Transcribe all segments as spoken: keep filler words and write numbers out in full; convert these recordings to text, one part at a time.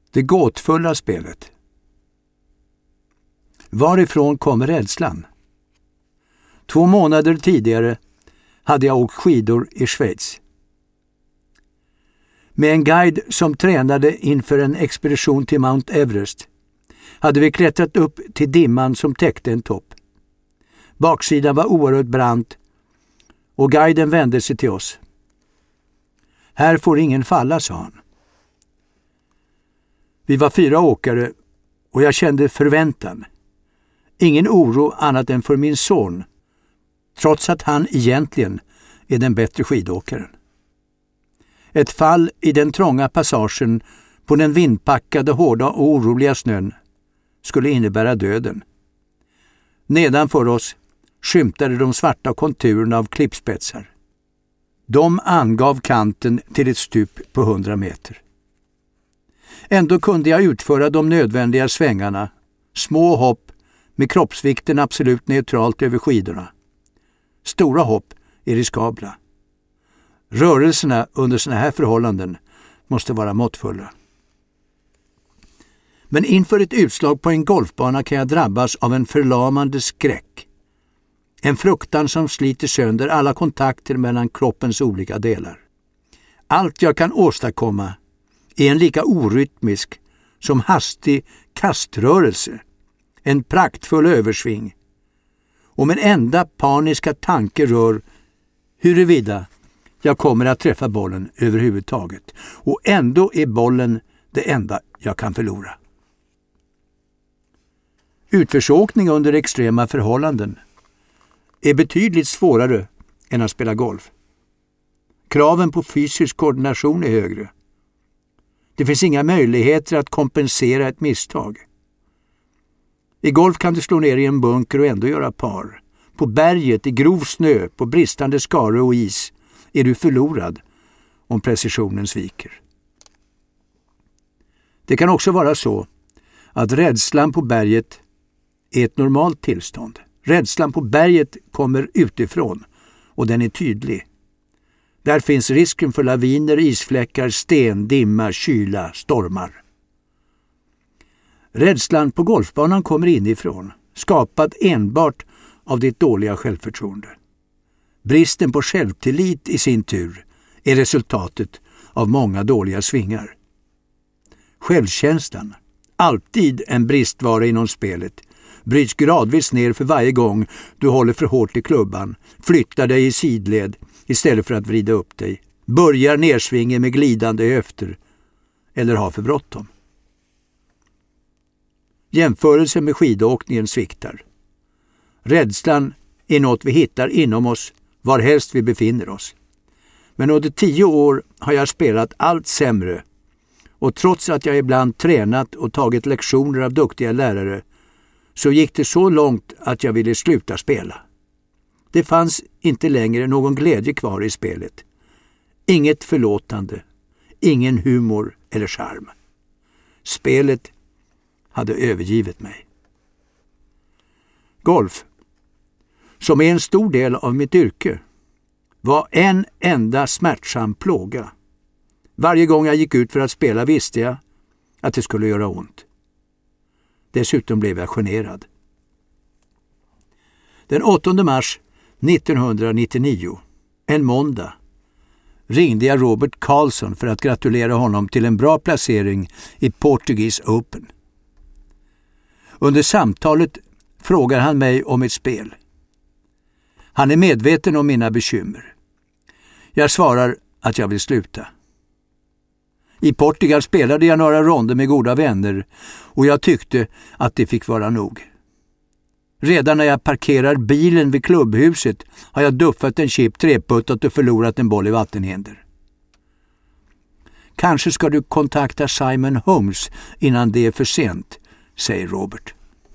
Det gåtfulla spelet. Varifrån kommer rädslan? Två månader tidigare hade jag åkt skidor i Schweiz. Med en guide som tränade inför en expedition till Mount Everest hade vi klättrat upp till dimman som täckte en topp. Baksidan var oerhört brant och guiden vände sig till oss. Här får ingen falla, sa han. Vi var fyra åkare och jag kände förväntan. Ingen oro annat än för min son, trots att han egentligen är den bättre skidåkaren. Ett fall i den trånga passagen på den vindpackade, hårda och oroliga snön skulle innebära döden. Nedanför oss skymtade de svarta konturerna av klippspetsar. De angav kanten till ett stup på hundra meter. Ändå kunde jag utföra de nödvändiga svängarna, små hopp med kroppsvikten absolut neutralt över skidorna. Stora hopp är riskabla. Rörelserna under såna här förhållanden måste vara måttfulla. Men inför ett utslag på en golfbana kan jag drabbas av en förlamande skräck. En fruktan som sliter sönder alla kontakter mellan kroppens olika delar. Allt jag kan åstadkomma är en lika orytmisk som hastig kaströrelse, en praktfull översving. Och min enda paniska tanke rör huruvida jag kommer att träffa bollen överhuvudtaget. Och ändå är bollen det enda jag kan förlora. Utförsåkning under extrema förhållanden är betydligt svårare än att spela golf. Kraven på fysisk koordination är högre. Det finns inga möjligheter att kompensera ett misstag. I golf kan du slå ner i en bunker och ändå göra par. På berget, i grov snö, på bristande skare och is är du förlorad om precisionen sviker. Det kan också vara så att rädslan på berget är ett normalt tillstånd. Rädslan på berget kommer utifrån och den är tydlig. Där finns risken för laviner, isfläckar, sten, dimma, kyla, stormar. Rädslan på golfbanan kommer inifrån, skapad enbart av ditt dåliga självförtroende. Bristen på självtillit i sin tur är resultatet av många dåliga svingar. Självkänslan, alltid en bristvara inom spelet, bryts gradvis ner för varje gång du håller för hårt i klubban, flyttar dig i sidled istället för att vrida upp dig, börjar nersvingen med glidande höfter eller har för bråttom. Jämförelsen med skidåkningen sviktar. Rädslan är något vi hittar inom oss var helst vi befinner oss. Men under tio år har jag spelat allt sämre och trots att jag ibland tränat och tagit lektioner av duktiga lärare så gick det så långt att jag ville sluta spela. Det fanns inte längre någon glädje kvar i spelet. Inget förlåtande, ingen humor eller charm. Spelet hade övergivit mig. Golf, som är en stor del av mitt yrke, var en enda smärtsam plåga. Varje gång jag gick ut för att spela visste jag att det skulle göra ont. Dessutom blev jag generad. Den åttonde mars nittonhundranittionio, en måndag, ringde jag Robert Karlsson för att gratulera honom till en bra placering i Portuguese Open. Under samtalet frågar han mig om ett spel. Han är medveten om mina bekymmer. Jag svarar att jag vill sluta. I Portugal spelade jag några ronder med goda vänner och jag tyckte att det fick vara nog. Redan när jag parkerar bilen vid klubbhuset har jag duffat en chip, treputtat och förlorat en boll i vattenhinder. Kanske ska du kontakta Simon Holmes innan det är för sent, säger Robert.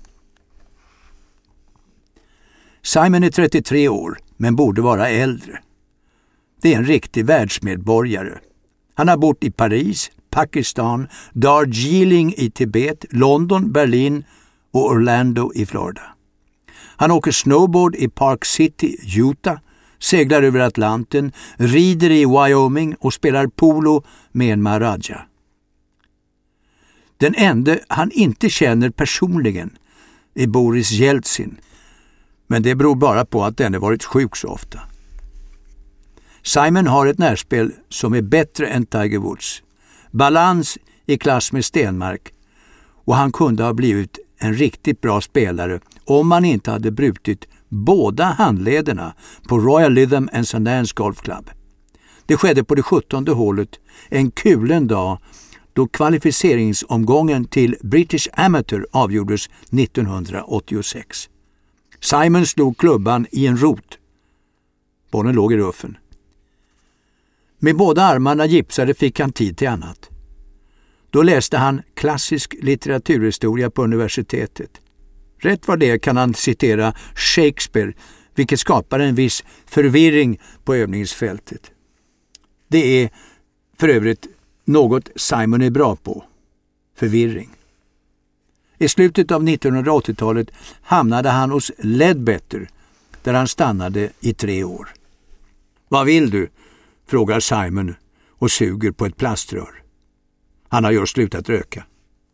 Simon är trettiotre år men borde vara äldre. Det är en riktig världsmedborgare. Han har bott i Paris, Pakistan, Darjeeling i Tibet, London, Berlin och Orlando i Florida. Han åker snowboard i Park City, Utah, seglar över Atlanten, rider i Wyoming och spelar polo med en maharaja. Den enda han inte känner personligen är Boris Jeltsin, men det beror bara på att denne varit sjuk så ofta. Simon har ett närspel som är bättre än Tiger Woods. Balans i klass med Stenmark, och han kunde ha blivit en riktigt bra spelare om man inte hade brutit båda handlederna på Royal Lytham and Sundance Golf Club. Det skedde på det sjuttonde hålet, en kulen dag då kvalificeringsomgången till British Amateur avgjordes nittonhundraåttiosex. Simon slog klubban i en rot. Bollen låg i ruffen. Med båda armarna gipsade fick han tid till annat. Då läste han klassisk litteraturhistoria på universitetet. Rätt vad det kan han citera Shakespeare, vilket skapar en viss förvirring på övningsfältet. Det är för övrigt något Simon är bra på. Förvirring. I slutet av nittonhundraåttiotalet hamnade han hos Leadbetter, där han stannade i tre år. Vad vill du? Frågar Simon och suger på ett plaströr. Han har just slutat röka.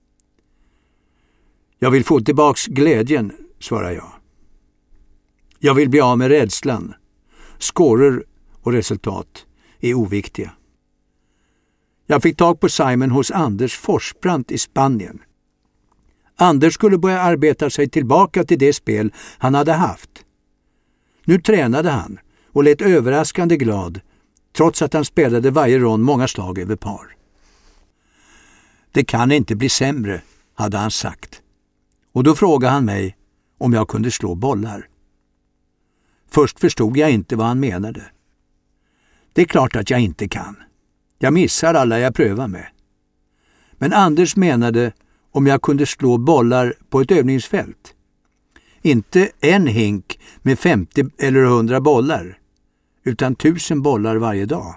Jag vill få tillbaks glädjen, svarar jag. Jag vill bli av med rädslan. Scorer och resultat är oviktiga. Jag fick tag på Simon hos Anders Forsbrandt i Spanien. Anders skulle börja arbeta sig tillbaka till det spel han hade haft. Nu tränade han och lät överraskande glad, trots att han spelade varje rond många slag över par. Det kan inte bli sämre, hade han sagt. Och då frågade han mig om jag kunde slå bollar. Först förstod jag inte vad han menade. Det är klart att jag inte kan. Jag missar alla jag prövar med. Men Anders menade om jag kunde slå bollar på ett övningsfält. Inte en hink med femtio eller hundra bollar, utan tusen bollar varje dag.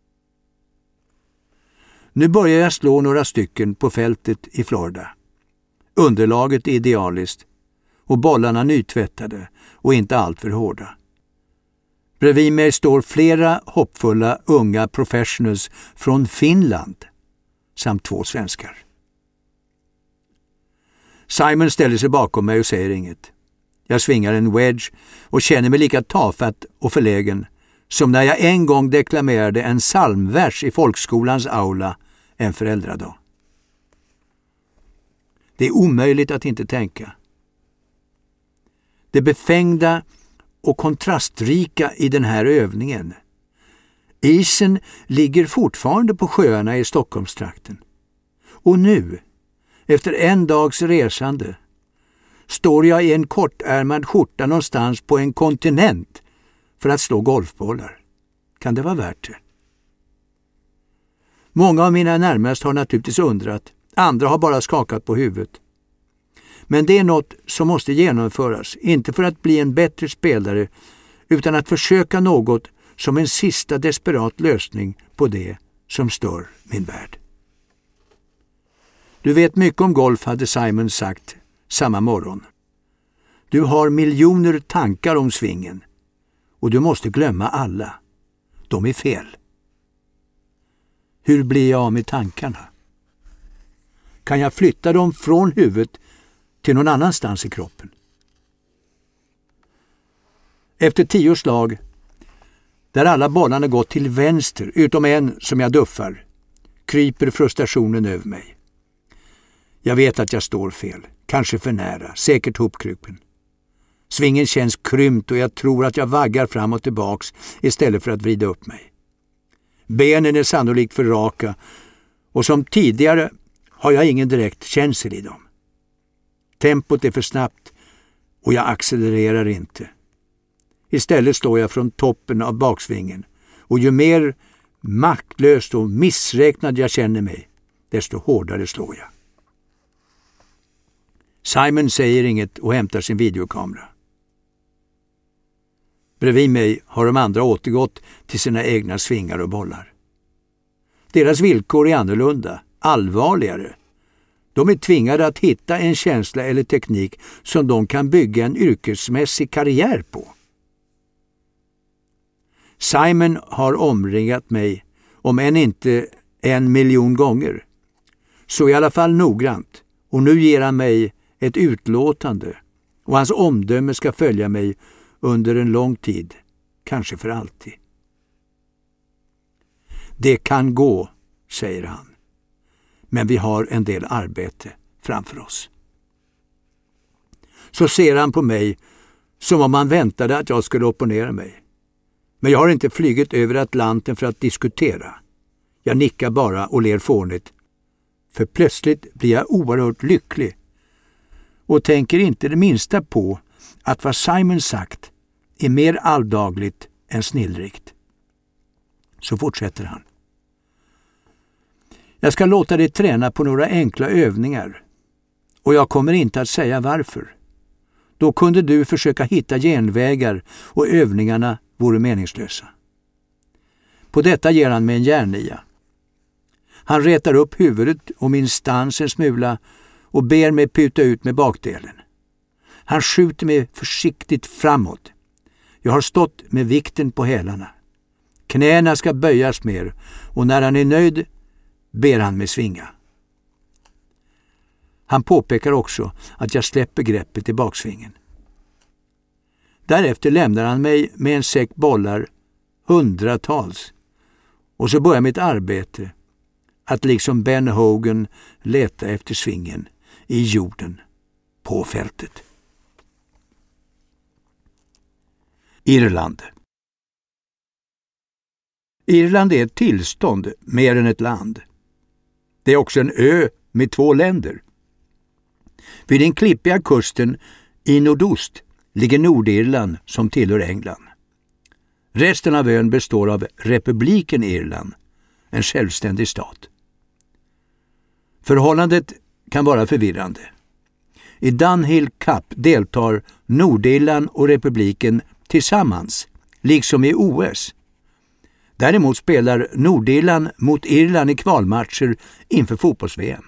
Nu börjar jag slå några stycken på fältet i Florida. Underlaget är idealiskt och bollarna nytvättade och inte allt för hårda. Bredvid mig står flera hoppfulla unga professionals från Finland samt två svenskar. Simon ställer sig bakom mig och säger inget. Jag svingar en wedge och känner mig lika tafatt och förlägen som när jag en gång deklamerade en psalmvers i folkskolans aula en föräldradag. Det är omöjligt att inte tänka. Det befängda och kontrastrika i den här övningen. Isen ligger fortfarande på sjöarna i Stockholmstrakten. Och nu, efter en dags resande, står jag i en kortärmad skjorta någonstans på en kontinent för att slå golfbollar. Kan det vara värt det? Många av mina närmast har naturligtvis undrat, andra har bara skakat på huvudet. Men det är något som måste genomföras, inte för att bli en bättre spelare, utan att försöka något som en sista desperat lösning på det som stör min värld. Du vet mycket om golf, hade Simon sagt samma morgon. Du har miljoner tankar om svingen och du måste glömma alla. De är fel. Hur blir jag av med tankarna? Kan jag flytta dem från huvudet till någon annanstans i kroppen? Efter tio slag, där alla bollarna gått till vänster utom en som jag duffar, kryper frustrationen över mig. Jag vet att jag står fel, kanske för nära, säkert hopkrupen. Svingen känns krympt och jag tror att jag vaggar fram och tillbaks istället för att vrida upp mig. Benen är sannolikt för raka och som tidigare har jag ingen direkt känsel i dem. Tempot är för snabbt och jag accelererar inte. Istället står jag från toppen av baksvingen och ju mer maktlöst och missräknad jag känner mig, desto hårdare slår jag. Simon säger inget och hämtar sin videokamera. Bredvid mig har de andra återgått till sina egna svingar och bollar. Deras villkor är annorlunda, allvarligare. De är tvingade att hitta en känsla eller teknik som de kan bygga en yrkesmässig karriär på. Simon har omringat mig, om än inte en miljon gånger. Så i alla fall noggrant, och nu ger han mig ett utlåtande, och hans omdöme ska följa mig under en lång tid, kanske för alltid. Det kan gå, säger han, men vi har en del arbete framför oss. Så ser han på mig som om han väntade att jag skulle opponera mig. Men jag har inte flygit över Atlanten för att diskutera. Jag nickar bara och ler fånigt, för plötsligt blir jag oerhört lycklig och tänker inte det minsta på att vad Simon sagt är mer alldagligt än snillrikt. Så fortsätter han. Jag ska låta dig träna på några enkla övningar, och jag kommer inte att säga varför. Då kunde du försöka hitta genvägar och övningarna vore meningslösa. På detta ger han mig en järnia. Han retar upp huvudet och min stans en smula och ber mig puta ut med bakdelen. Han skjuter mig försiktigt framåt. Jag har stått med vikten på hälarna. Knäna ska böjas mer, och när han är nöjd ber han mig svinga. Han påpekar också att jag släpper greppet i baksvingen. Därefter lämnar han mig med en säck bollar, hundratals, och så börjar mitt arbete att liksom Ben Hogan leta efter svingen i jorden på fältet. Irland. Irland är ett tillstånd mer än ett land. Det är också en ö med två länder. Vid den klippiga kusten i nordost ligger Nordirland som tillhör England. Resten av ön består av republiken Irland, en självständig stat. Förhållandet kan vara förvirrande. I Dunhill Cup deltar Nordirland och republiken tillsammans, liksom i O S. Däremot spelar Nordirland mot Irland i kvalmatcher inför fotbolls-V M.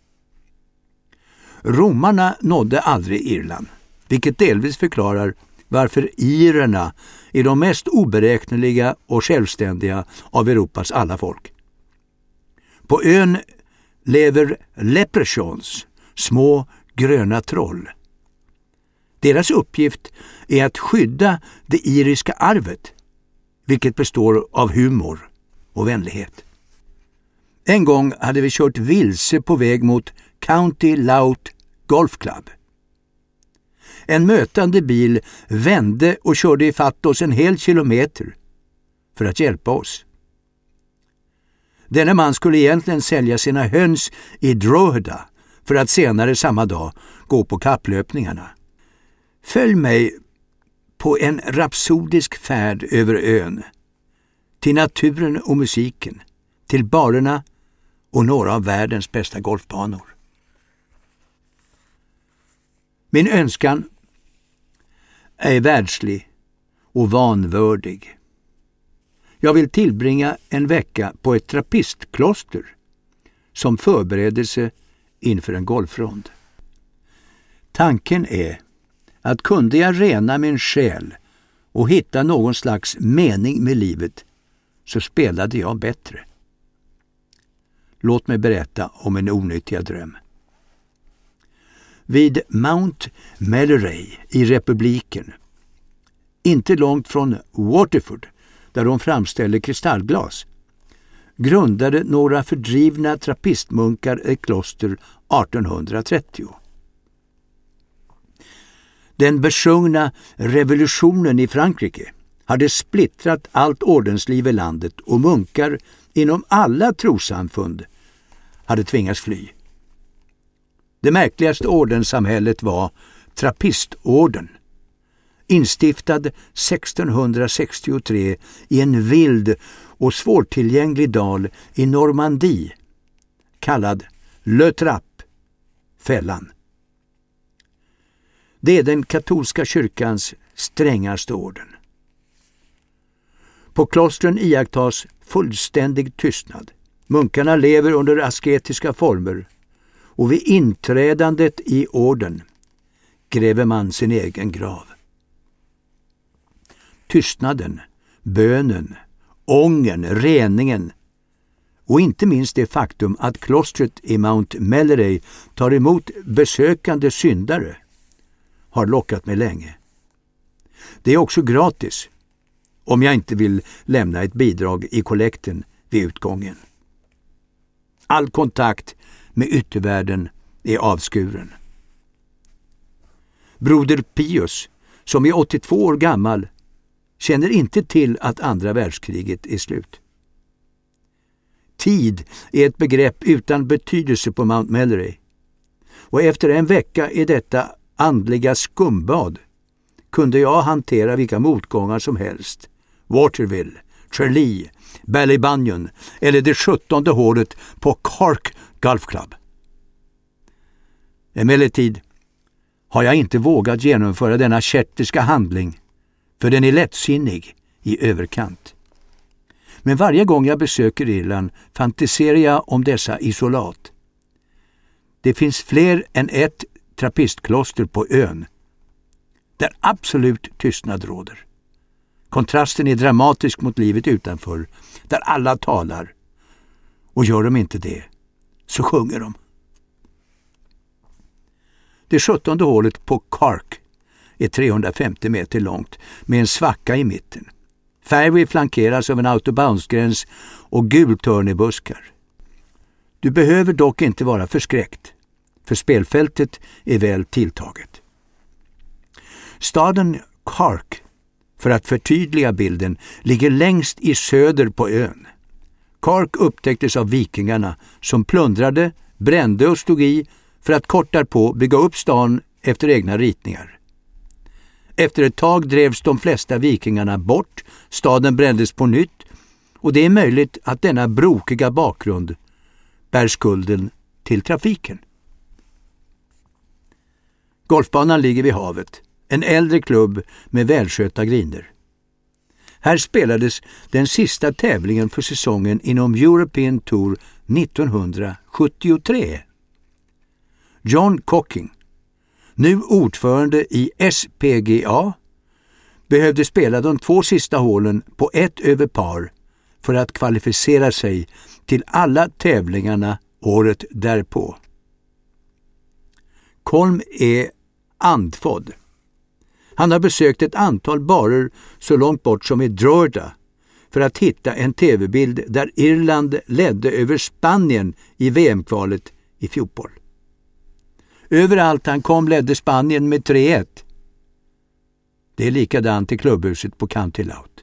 Romarna nådde aldrig Irland, vilket delvis förklarar varför irerna är de mest oberäkneliga och självständiga av Europas alla folk. På ön lever leprechauns, små gröna troll. Deras uppgift är att skydda det iriska arvet, vilket består av humor och vänlighet. En gång hade vi kört vilse på väg mot County Louth Golf Club. En mötande bil vände och körde ifatt oss en hel kilometer för att hjälpa oss. Denne man skulle egentligen sälja sina höns i Drogheda för att senare samma dag gå på kapplöpningarna. Följ mig på en rapsodisk färd över ön, till naturen och musiken, till barerna och några av världens bästa golfbanor. Min önskan är världslig och vanvördig. Jag vill tillbringa en vecka på ett trappistkloster som förberedelse inför en golfrond. Tanken är att kunde jag rena min själ och hitta någon slags mening med livet, så spelade jag bättre. Låt mig berätta om en onyttiga dröm. Vid Mount Melleray i republiken, inte långt från Waterford, där de framställer kristallglas, grundade några fördrivna trappistmunkar ett kloster artonhundratrettio. Den besjungna revolutionen i Frankrike hade splittrat allt ordensliv i landet, och munkar inom alla trossamfund hade tvingats fly. Det märkligaste ordenssamhället var trappistorden, instiftad sextonhundrasextiotre i en vild och svårtillgänglig dal i Normandie, kallad Le Trappe, fällan. Det är den katolska kyrkans strängaste orden. På klostren iakttas fullständig tystnad. Munkarna lever under asketiska former, och vid inträdandet i orden gräver man sin egen grav. Tystnaden, bönen, ången, reningen och inte minst det faktum att klostret i Mount Melleray tar emot besökande syndare har lockat mig länge. Det är också gratis, om jag inte vill lämna ett bidrag i kollekten vid utgången. All kontakt med yttervärlden är avskuren. Broder Pius, som är åttiotvå år gammal, känner inte till att andra världskriget är slut. Tid är ett begrepp utan betydelse på Mount Melleray. Och efter en vecka i detta andliga skumbad kunde jag hantera vilka motgångar som helst. Waterville, Tralee, Ballybunion eller det sjuttonde hålet på Cork Golf Club. Emellertid har jag inte vågat genomföra denna kätterska handling, för den är lättsinnig i överkant. Men varje gång jag besöker Irland fantiserar jag om dessa isolat. Det finns fler än ett trappistkloster på ön, där absolut tystnad råder. Kontrasten är dramatisk mot livet utanför, där alla talar. Och gör de inte det, så sjunger de. Det sjuttonde hålet på Cork är trehundrafemtio meter långt med en svacka i mitten. Fairway flankeras av en autobahnsgräns och gultörnebuskar. Du behöver dock inte vara förskräckt, för spelfältet är väl tilltaget. Staden Cork, för att förtydliga bilden, ligger längst i söder på ön. Cork upptäcktes av vikingarna som plundrade, brände och stod i för att kort därpå bygga upp stan efter egna ritningar. Efter ett tag drevs de flesta vikingarna bort, staden brändes på nytt och det är möjligt att denna brokiga bakgrund bär skulden till trafiken. Golfbanan ligger vid havet, en äldre klubb med välskötta griner. Här spelades den sista tävlingen för säsongen inom European Tour nittonhundrasjuttiotre. John Cocking, nu ordförande i S P G A, behövde spela de två sista hålen på ett över par för att kvalificera sig till alla tävlingarna året därpå. Colm är andfådd. Han har besökt ett antal barer så långt bort som i Drogheda för att hitta en tv-bild där Irland ledde över Spanien i V M-kvalet i fotboll. Överallt han kom ledde Spanien med tre ett. Det är likadant i klubbhuset på County Louth.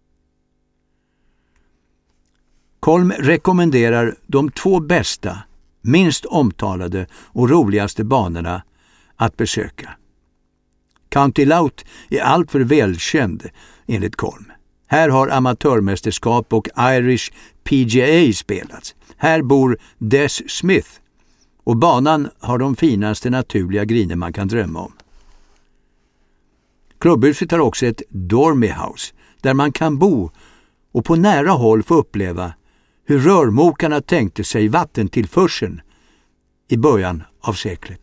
Colm rekommenderar de två bästa, minst omtalade och roligaste banorna att besöka. County Louth är alltför välkänd enligt Colm. Här har amatörmästerskap och Irish P G A spelats. Här bor Des Smith och banan har de finaste naturliga griner man kan drömma om. Klubbhuset har också ett Dormy House där man kan bo och på nära håll få uppleva hur rörmokarna tänkte sig vattentillförseln i början av seklet.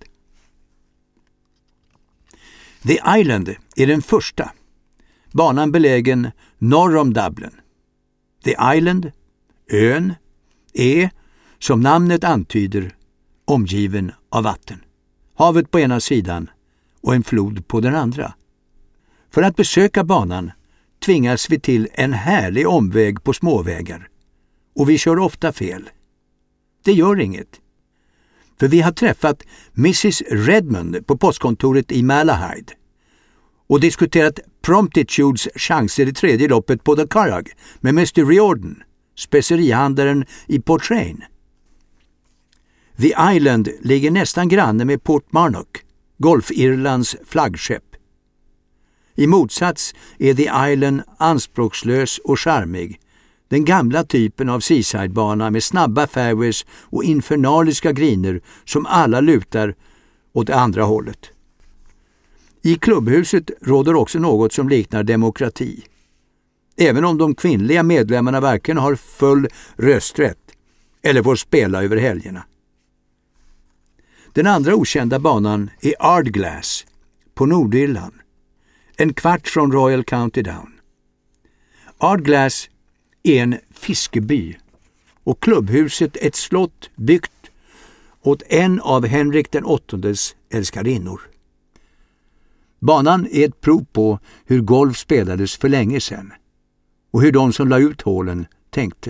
The Island är den första, banan belägen norr om Dublin. The Island, ön, är, som namnet antyder, omgiven av vatten. Havet på ena sidan och en flod på den andra. För att besöka banan tvingas vi till en härlig omväg på småvägar. Och vi kör ofta fel. Det gör inget. För vi har träffat missus Redmond på postkontoret i Malahide och diskuterat Promptitudes chanser i tredje loppet på The Curragh med mister Riordan, specerihandlaren i Portrane. The Island ligger nästan granne med Portmarnock, Golf-Irlands flaggskepp. I motsats är The Island anspråkslös och charmig, den gamla typen av seaside-bana med snabba fairways och infernaliska griner som alla lutar åt det andra hållet. I klubbhuset råder också något som liknar demokrati. Även om de kvinnliga medlemmarna varken har full rösträtt eller får spela över helgerna. Den andra okända banan är Ardglass på Nordirland, en kvart från Royal County Down. Ardglass är en fiskeby och klubbhuset ett slott byggt åt en av Henrik den åttondes älskarinnor. Banan är ett prov på hur golf spelades för länge sedan och hur de som la ut hålen tänkte.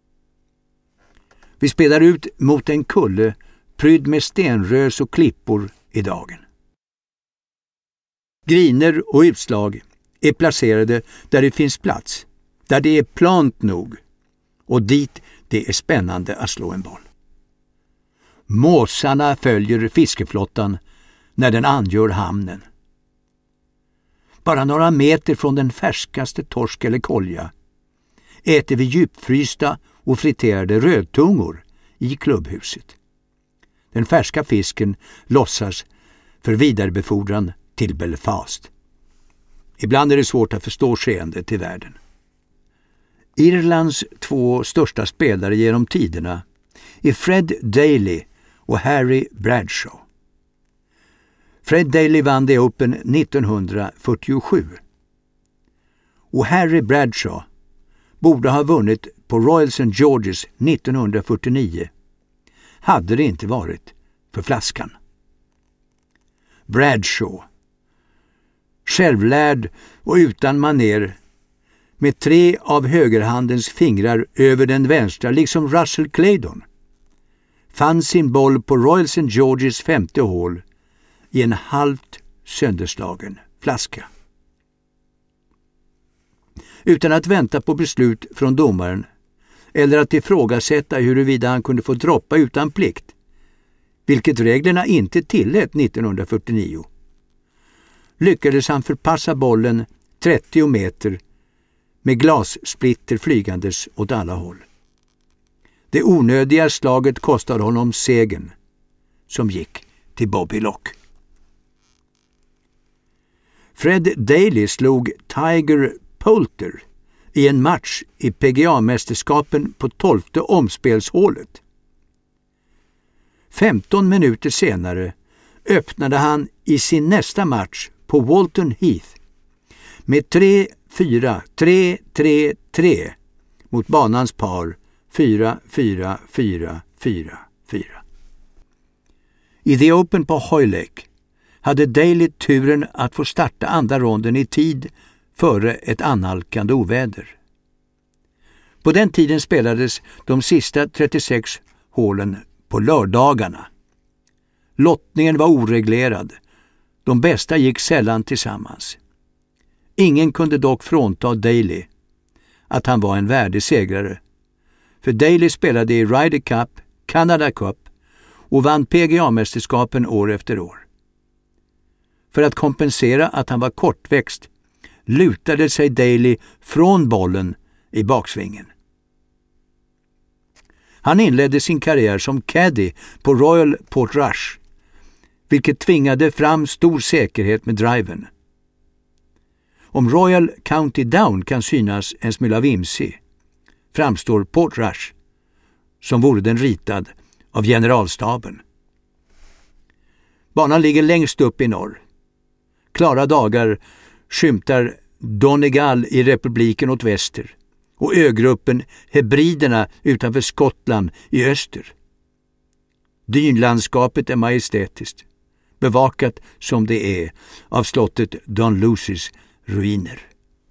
Vi spelar ut mot en kulle prydd med stenrös och klippor i dagen. Griner och utslag är placerade där det finns plats, där det är plant nog och dit det är spännande att slå en boll. Måsarna följer fiskeflottan när den angör hamnen. Bara några meter från den färskaste torsk eller kolja äter vi djupfrysta och friterade rödtungor i klubbhuset. Den färska fisken lossas för vidarebefordran till Belfast. Ibland är det svårt att förstå skeendet i världen. Irlands två största spelare genom tiderna är Fred Daly och Harry Bradshaw. Fred Daly vann The Open nittonhundrafyrtiosju och Harry Bradshaw borde ha vunnit på Royal Saint George's nittonhundrafyrtionio hade det inte varit för flaskan. Bradshaw, självlärd och utan maner, med tre av högerhandens fingrar över den vänstra, liksom Russell Claydon, fann sin boll på Royal Saint George's femte hål i en halvt sönderslagen flaska. Utan att vänta på beslut från domaren eller att ifrågasätta huruvida han kunde få droppa utan plikt, vilket reglerna inte tillät nittonhundrafyrtionio, lyckades han förpassa bollen trettio meter med glassplitter flygandes åt alla håll. Det onödiga slaget kostade honom segern, som gick till Bobby Lock. Fred Daly slog Tiger Poulter i en match i P G A-mästerskapen på tolfte omspelshålet. femton minuter senare öppnade han i sin nästa match på Walton Heath med tre fyra, tre tre tre mot banans par fyra fyra fyra fyra fyra. I The Open på Hoylake hade Daly turen att få starta andra ronden i tid före ett annalkande oväder. På den tiden spelades de sista trettiosex hålen på lördagarna. Lottningen var oreglerad. De bästa gick sällan tillsammans. Ingen kunde dock frånta Daly att han var en värdig segrare. För Daly spelade i Ryder Cup, Canada Cup och vann P G A-mästerskapen år efter år. För att kompensera att han var kortväxt lutade sig Daly från bollen i baksvingen. Han inledde sin karriär som caddy på Royal Portrush, vilket tvingade fram stor säkerhet med driven. Om Royal County Down kan synas en smula vimsig, framstår Portrush som vore den ritad av generalstaben. Banan ligger längst upp i norr. Klara dagar skymtar Donegal i republiken åt väster och ögruppen Hebriderna utanför Skottland i öster. Dynlandskapet är majestätiskt, bevakat som det är av slottet Don Lucys ruiner.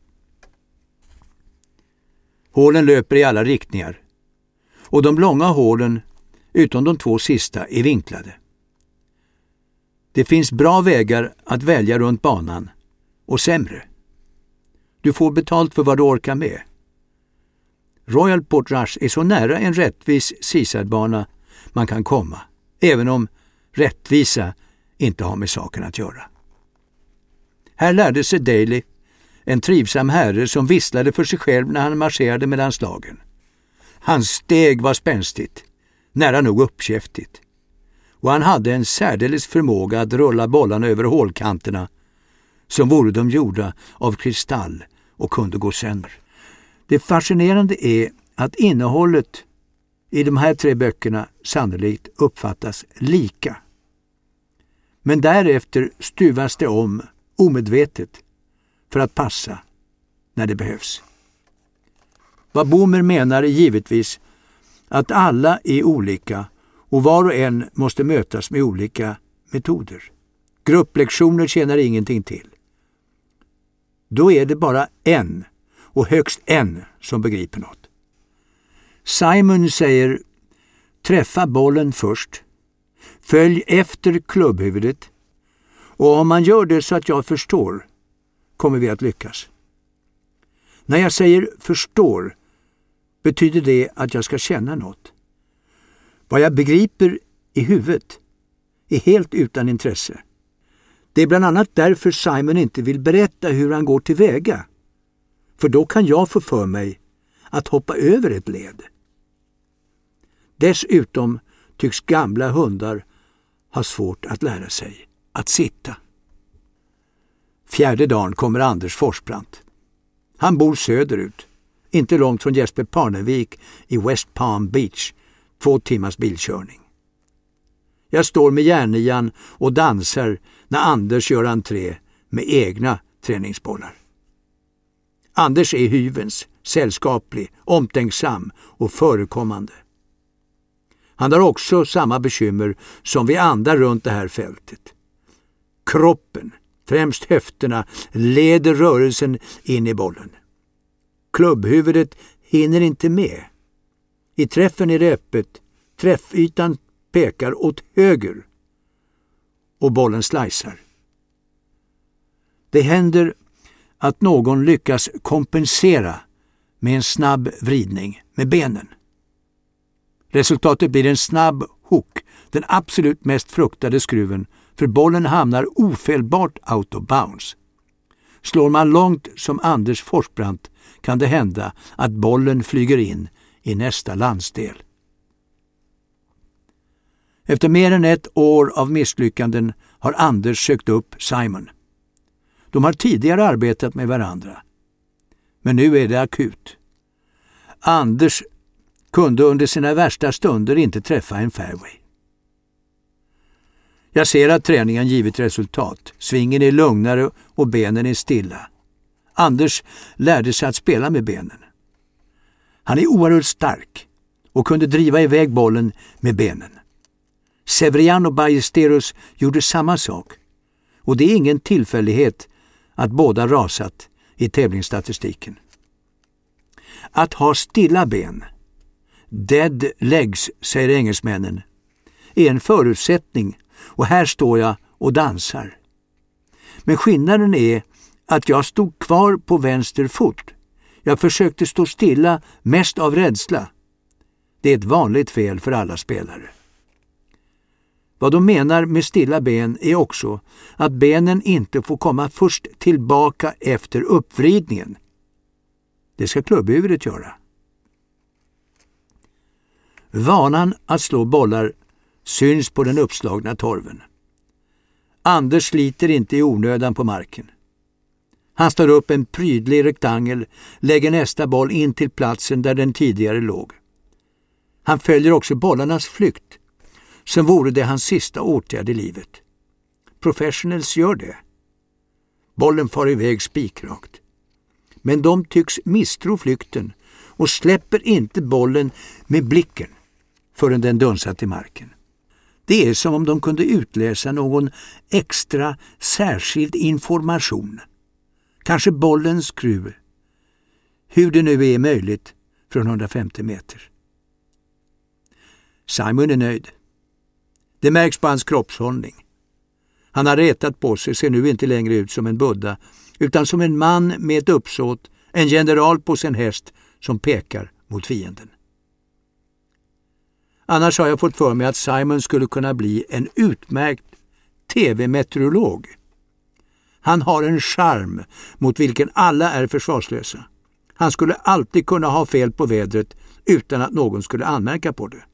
Hålen löper i alla riktningar och de långa hålen, utom de två sista, är vinklade. Det finns bra vägar att välja runt banan och sämre. Du får betalt för vad du orkar med. Royal Portrush är så nära en rättvis Seaside-bana man kan komma, även om rättvisa inte har med saken att göra. Här lärde sig Daly, en trivsam herre som visslade för sig själv när han marscherade mellan slagen. Hans steg var spänstigt, nära nog uppkäftigt, och han hade en särdeles förmåga att rulla bollarna över hålkanterna som vore de gjorda av kristall och kunde gå sönder. Det fascinerande är att innehållet i de här tre böckerna sannolikt uppfattas lika. Men därefter stuvas det om omedvetet för att passa när det behövs. Vad Boomer menar är givetvis att alla är olika och var och en måste mötas med olika metoder. Grupplektioner tjänar ingenting till. Då är det bara en och högst en som begriper något. Simon säger: träffa bollen först. Följ efter klubbhuvudet. Och om man gör det så att jag förstår, kommer vi att lyckas. När jag säger förstår, betyder det att jag ska känna något. Vad jag begriper i huvudet är helt utan intresse. Det är bland annat därför Simon inte vill berätta hur han går tillväga. För då kan jag få för mig att hoppa över ett led. Dessutom tycks gamla hundar ha svårt att lära sig att sitta. Fjärde dagen kommer Anders Forsbrandt. Han bor söderut, inte långt från Jesper Parnevik i West Palm Beach, två timmars bilkörning. Jag står med järnian och dansar när Anders gör entré med egna träningsbollar. Anders är hyvens, sällskaplig, omtänksam och förekommande. Han har också samma bekymmer som vi andra runt det här fältet. Kroppen, främst höfterna, leder rörelsen in i bollen. Klubbhuvudet hinner inte med. I träffen är det öppet, träffytan pekar åt höger och bollen slicear. Det händer att någon lyckas kompensera med en snabb vridning med benen. Resultatet blir en snabb hook, den absolut mest fruktade skruven, för bollen hamnar ofelbart out of bounds. Slår man långt som Anders Forsbrandt kan det hända att bollen flyger in i nästa landsdel. Efter mer än ett år av misslyckanden har Anders sökt upp Simon. De har tidigare arbetat med varandra. Men nu är det akut. Anders kunde under sina värsta stunder inte träffa en fairway. Jag ser att träningen givit resultat. Svingen är lugnare och benen är stilla. Anders lärde sig att spela med benen. Han är oerhört stark och kunde driva iväg bollen med benen. Severiano Ballesteros gjorde samma sak. Och det är ingen tillfällighet att båda rasat i tävlingsstatistiken. Att ha stilla ben, dead legs, säger engelsmännen, är en förutsättning, och här står jag och dansar. Men skillnaden är att jag stod kvar på vänster fot. Jag försökte stå stilla mest av rädsla. Det är ett vanligt fel för alla spelare. Vad de menar med stilla ben är också att benen inte får komma först tillbaka efter uppvridningen. Det ska klubbhuvudet göra. Vanan att slå bollar syns på den uppslagna torven. Anders sliter inte i onödan på marken. Han står upp en prydlig rektangel, lägger nästa boll in till platsen där den tidigare låg. Han följer också bollarnas flykt, som vore det hans sista åtgärd i livet. Professionals gör det. Bollen far iväg spikrakt. Men de tycks misstro flykten och släpper inte bollen med blicken förrän den dunsat i marken. Det är som om de kunde utläsa någon extra särskild information. Kanske bollens skruv. Hur det nu är möjligt från hundrafemtio meter. Simon är nöjd. Det märks på hans kroppshållning. Han har retat på sig, ser nu inte längre ut som en buddha, utan som en man med ett uppsåt, en general på sin häst som pekar mot fienden. Annars har jag fått för mig att Simon skulle kunna bli en utmärkt tv-meteorolog. Han har en charm mot vilken alla är försvarslösa. Han skulle alltid kunna ha fel på vädret utan att någon skulle anmärka på det.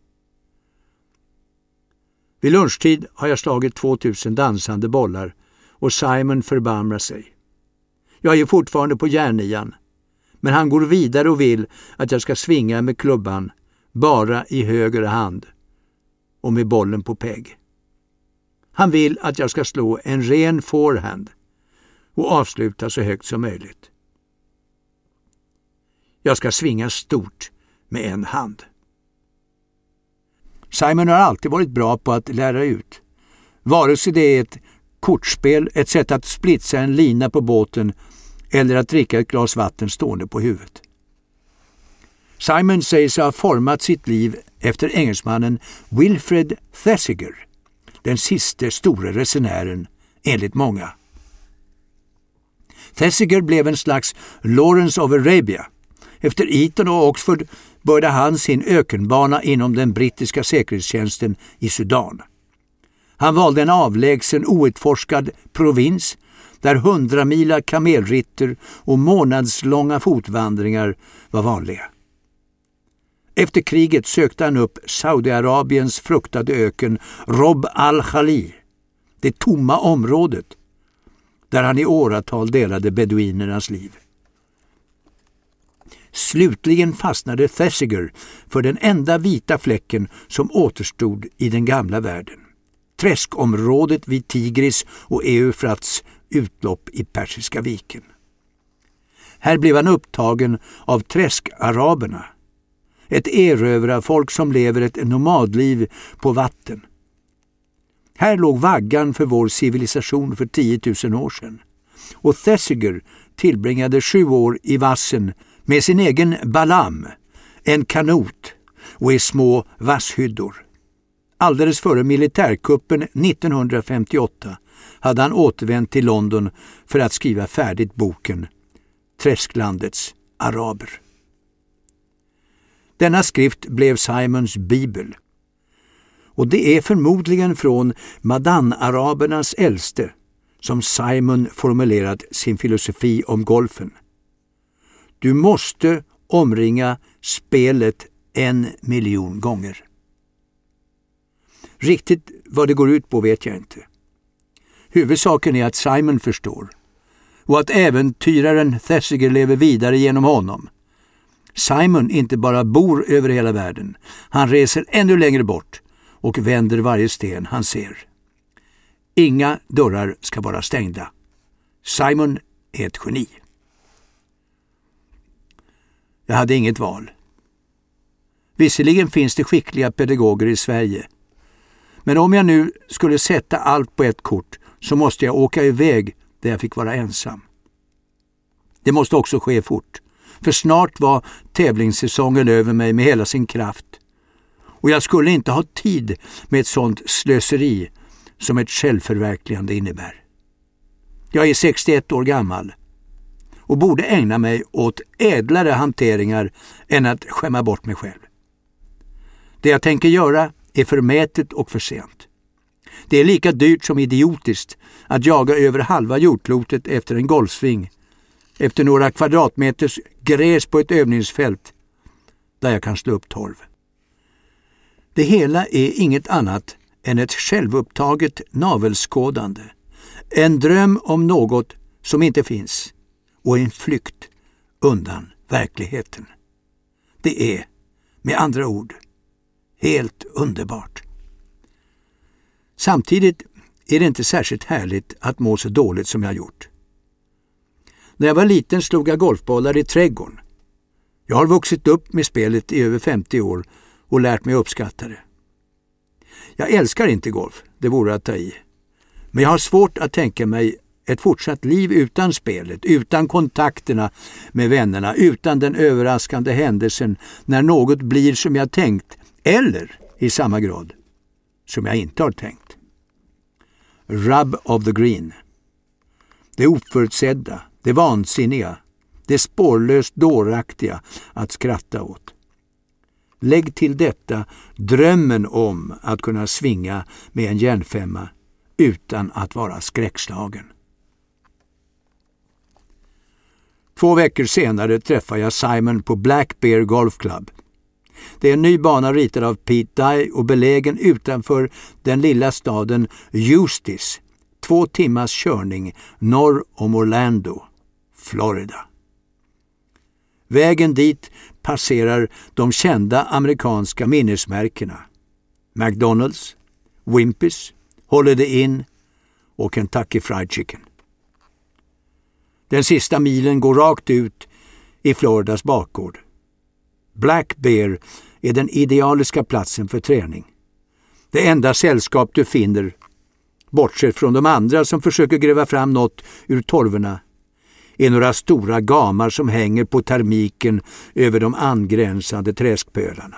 Vid lunchtid har jag slagit tvåtusen dansande bollar och Simon förbarmar sig. Jag är fortfarande på järnian, men han går vidare och vill att jag ska svinga med klubban bara i höger hand och med bollen på peg. Han vill att jag ska slå en ren forehand och avsluta så högt som möjligt. Jag ska svinga stort med en hand. Simon har alltid varit bra på att lära ut. Vare sig det är ett kortspel, ett sätt att splitsa en lina på båten eller att dricka ett glas vatten stående på huvudet. Simon säger sig ha format sitt liv efter engelsmannen Wilfred Thesiger, den siste store resenären enligt många. Thesiger blev en slags Lawrence of Arabia. Efter Eton och Oxford började han sin ökenbana inom den brittiska säkerhetstjänsten i Sudan. Han valde en avlägsen outforskad provins där hundramila kamelritter och månadslånga fotvandringar var vanliga. Efter kriget sökte han upp Saudiarabiens fruktade öken Rob al-Khali, det tomma området där han i åratal delade beduinernas liv. Slutligen fastnade Thesiger för den enda vita fläcken som återstod i den gamla världen. Träskområdet vid Tigris och Eufrats utlopp i Persiska viken. Här blev han upptagen av träskaraberna, ett erövrarfolk som lever ett nomadliv på vatten. Här låg vaggan för vår civilisation för tiotusen år sedan, och Thesiger tillbringade sju år i vassen med sin egen balam, en kanot och i små vasshyddor. Alldeles före militärkuppen nittonhundrafemtioåtta hade han återvänt till London för att skriva färdigt boken Träsklandets araber. Denna skrift blev Simons bibel, och det är förmodligen från Madan-arabernas äldste som Simon formulerat sin filosofi om golfen. Du måste omringa spelet en miljon gånger. Riktigt vad det går ut på vet jag inte. Huvudsaken är att Simon förstår och att äventyraren Thesiger lever vidare genom honom. Simon inte bara bor över hela världen, han reser ännu längre bort och vänder varje sten han ser. Inga dörrar ska vara stängda. Simon är ett geni. Jag hade inget val. Visserligen finns det skickliga pedagoger i Sverige, men om jag nu skulle sätta allt på ett kort så måste jag åka iväg där jag fick vara ensam. Det måste också ske fort, för snart var tävlingssäsongen över mig med hela sin kraft. Och jag skulle inte ha tid med ett sånt slöseri som ett självförverkligande innebär. Jag är sextioett år gammal och borde ägna mig åt ädlare hanteringar än att skämma bort mig själv. Det jag tänker göra är förmätet och för sent. Det är lika dyrt som idiotiskt att jaga över halva jordklotet efter en golfsving, efter några kvadratmeters gräs på ett övningsfält där jag kan slå upp torv. Det hela är inget annat än ett självupptaget navelskådande, en dröm om något som inte finns och en flykt undan verkligheten. Det är, med andra ord, helt underbart. Samtidigt är det inte särskilt härligt att må så dåligt som jag gjort. När jag var liten slog jag golfbollar i trädgården. Jag har vuxit upp med spelet i över femtio år och lärt mig uppskatta det. Jag älskar inte golf, det vore att ta i. Men jag har svårt att tänka mig ett fortsatt liv utan spelet, utan kontakterna med vännerna, utan den överraskande händelsen när något blir som jag tänkt, eller i samma grad som jag inte har tänkt. Rub of the green. Det oförutsedda, det vansinniga, det spårlöst dåraktiga att skratta åt. Lägg till detta drömmen om att kunna svinga med en järnfemma utan att vara skräckslagen. Två veckor senare träffar jag Simon på Black Bear Golf Club. Det är en ny bana ritad av Pete Dye och belägen utanför den lilla staden Eustis, två timmars körning norr om Orlando, Florida. Vägen dit passerar de kända amerikanska minnesmärkena McDonald's, Wimpy's, Holiday Inn och Kentucky Fried Chicken. Den sista milen går rakt ut i Floridas bakgård. Black Bear är den idealiska platsen för träning. Det enda sällskap du finner, bortsett från de andra som försöker gräva fram något ur torvorna, är några stora gamar som hänger på termiken över de angränsande träskpölarna.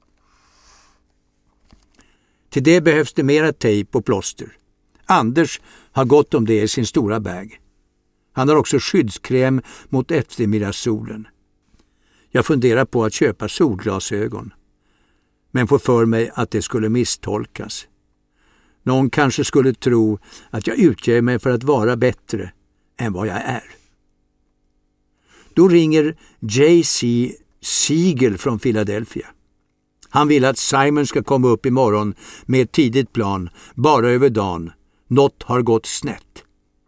Till det behövs det mera tejp och plåster. Anders har gott om det i sin stora bag. Han har också skyddskräm mot eftermiddagssolen. Jag funderar på att köpa solglasögon, men får för mig att det skulle misstolkas. Någon kanske skulle tro att jag utger mig för att vara bättre än vad jag är. Då ringer J C Siegel från Philadelphia. Han vill att Simon ska komma upp imorgon med ett tidigt plan, bara över dagen. Något har gått snett.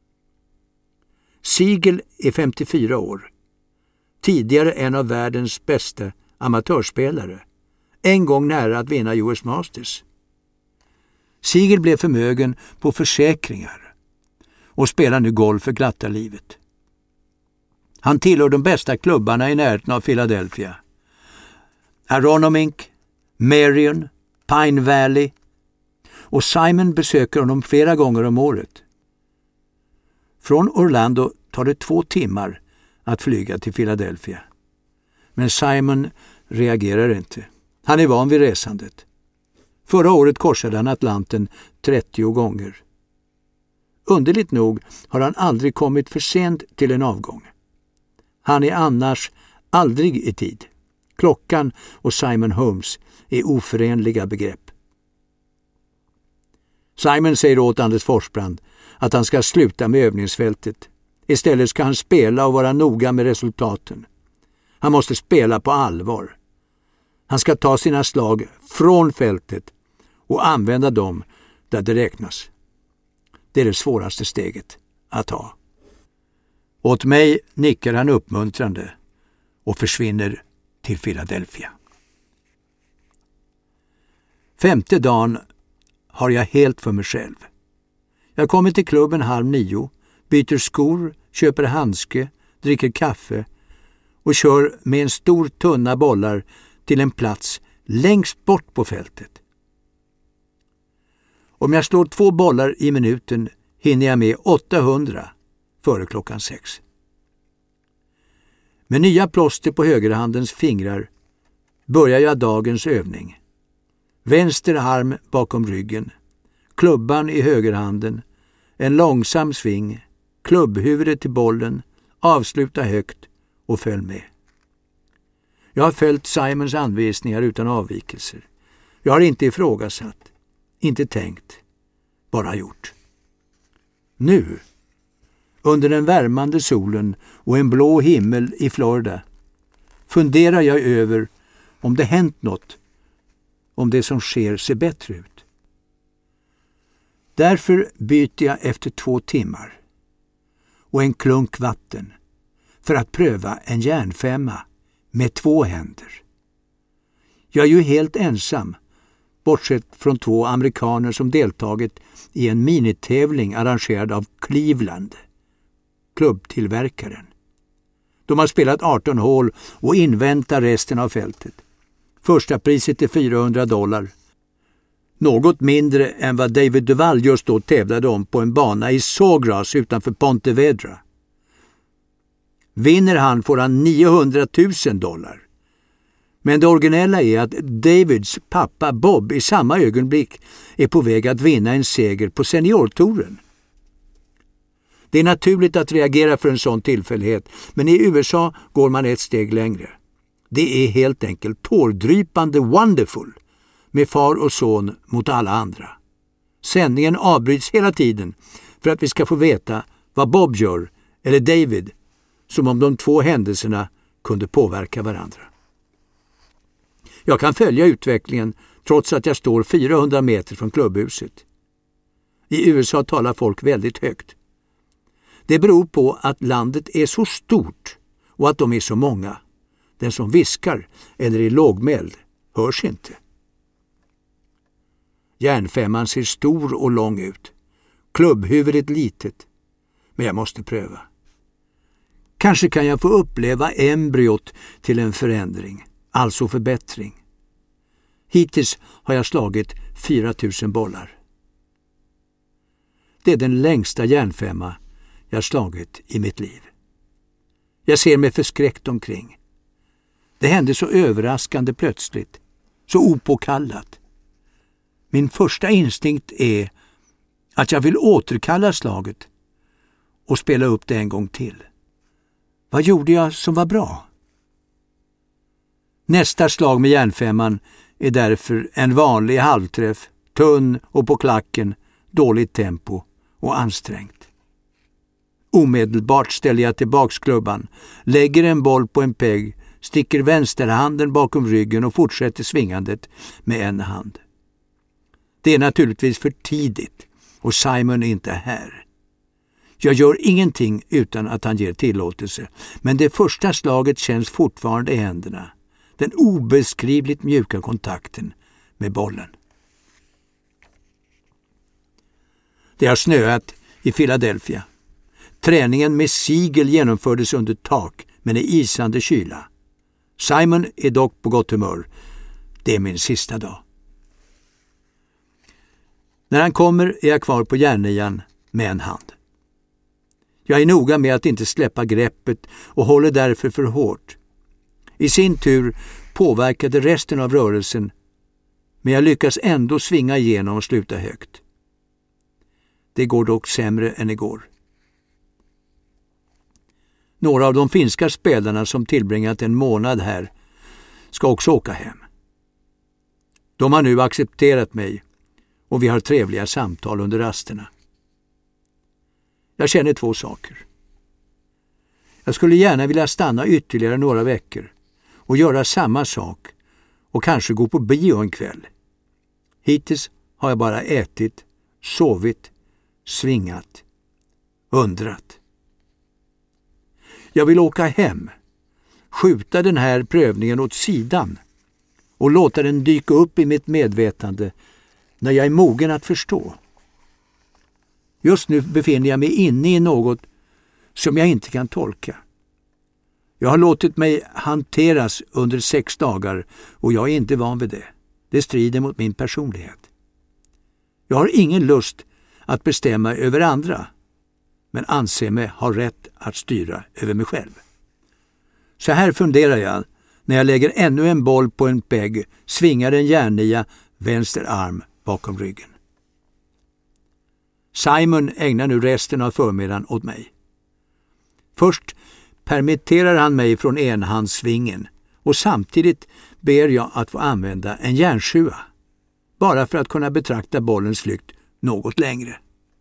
Siegel är femtiofyra år. Tidigare en av världens bästa amatörspelare. En gång nära att vinna U S Masters. Siegel blev förmögen på försäkringar och spelar nu golf för glatta livet. Han tillhör de bästa klubbarna i närheten av Philadelphia. Aronimink, Marion, Pine Valley, och Simon besöker honom flera gånger om året. Från Orlando tar det två timmar att flyga till Philadelphia. Men Simon reagerar inte. Han är van vid resandet. Förra året korsade han Atlanten trettio gånger. Underligt nog har han aldrig kommit för sent till en avgång. Han är annars aldrig i tid. Klockan och Simon Holmes är oförenliga begrepp. Simon säger åt Anders Forsbrand att han ska sluta med övningsfältet. Istället ska han spela och vara noga med resultaten. Han måste spela på allvar. Han ska ta sina slag från fältet och använda dem där det räknas. Det är det svåraste steget att ta. Åt mig nickar han uppmuntrande och försvinner till Philadelphia. Femte dagen har jag helt för mig själv. Jag kommer till klubben halv nio, byter skor, köper handske, dricker kaffe och kör med en stor tunna bollar till en plats längst bort på fältet. Om jag slår två bollar i minuten hinner jag med åttahundra före klockan sex. Med nya plåster på högerhandens fingrar börjar jag dagens övning. Vänster arm bakom ryggen, klubban i högerhanden, en långsam sving, klubbhuvudet till bollen, avsluta högt och följ med. Jag har följt Simons anvisningar utan avvikelser. Jag har inte ifrågasatt, inte tänkt, bara gjort. Nu, under den värmande solen och en blå himmel i Florida, funderar jag över om det hänt något, om det som sker ser bättre ut. Därför byter jag efter två timmar och en klunk vatten för att pröva en järnfemma med två händer. Jag är ju helt ensam, bortsett från två amerikaner som deltagit i en minitävling arrangerad av Cleveland, klubbtillverkaren. De har spelat arton hål och inväntar resten av fältet. Första priset är fyrahundra dollar. Något mindre än vad David Duval just då tävlade om på en bana i Sawgrass utanför Ponte Vedra. Vinner han får han niohundratusen dollar. Men det originella är att Davids pappa Bob i samma ögonblick är på väg att vinna en seger på seniortouren. Det är naturligt att reagera för en sån tillfällighet, men i U S A går man ett steg längre. Det är helt enkelt tårdrypande wonderful med far och son mot alla andra. Sändningen avbryts hela tiden för att vi ska få veta vad Bob gör eller David, som om de två händelserna kunde påverka varandra. Jag kan följa utvecklingen trots att jag står fyrahundra meter från klubbhuset. I U S A talar folk väldigt högt. Det beror på att landet är så stort och att de är så många. Den som viskar eller är lågmäld hörs inte. Järnfemman ser stor och lång ut. Klubbhuvudet litet. Men jag måste pröva. Kanske kan jag få uppleva embryot till en förändring, alltså förbättring. Hittills har jag slagit fyra tusen bollar. Det är den längsta järnfemma jag slagit i mitt liv. Jag ser mig förskräckt omkring. Det hände så överraskande plötsligt, så opåkallat. Min första instinkt är att jag vill återkalla slaget och spela upp det en gång till. Vad gjorde jag som var bra? Nästa slag med järnfemman är därför en vanlig halvträff, tunn och på klacken, dåligt tempo och ansträngt. Omedelbart ställer jag tillbaks klubban, lägger en boll på en pegg, sticker vänsterhanden bakom ryggen och fortsätter svingandet med en hand. Det är naturligtvis för tidigt och Simon är inte här. Jag gör ingenting utan att han ger tillåtelse, men det första slaget känns fortfarande i händerna. Den obeskrivligt mjuka kontakten med bollen. Det har snöat i Philadelphia. Träningen med sigel genomfördes under tak, men i isande kyla. Simon är dock på gott humör. Det är min sista dag. När han kommer är jag kvar på järnnian med en hand. Jag är noga med att inte släppa greppet och håller därför för hårt. I sin tur påverkade resten av rörelsen, men jag lyckas ändå svinga igenom och sluta högt. Det går dock sämre än igår. Några av de finska spelarna som tillbringat en månad här ska också åka hem. De har nu accepterat mig och vi har trevliga samtal under rasterna. Jag känner två saker. Jag skulle gärna vilja stanna ytterligare några veckor och göra samma sak och kanske gå på bio en kväll. Hittills har jag bara ätit, sovit, svingat, undrat. Jag vill åka hem, skjuta den här prövningen åt sidan och låta den dyka upp i mitt medvetande när jag är mogen att förstå. Just nu befinner jag mig inne i något som jag inte kan tolka. Jag har låtit mig hanteras under sex dagar och jag är inte van vid det. Det strider mot min personlighet. Jag har ingen lust att bestämma över andra, men anser mig ha rätt att styra över mig själv. Så här funderar jag när jag lägger ännu en boll på en pegg, svingar en järnnia, vänster arm bakom ryggen. Simon ägnar nu resten av förmiddagen åt mig. Först permitterar han mig från enhandssvingen och samtidigt ber jag att få använda en järnsjua, bara för att kunna betrakta bollens flykt något längre.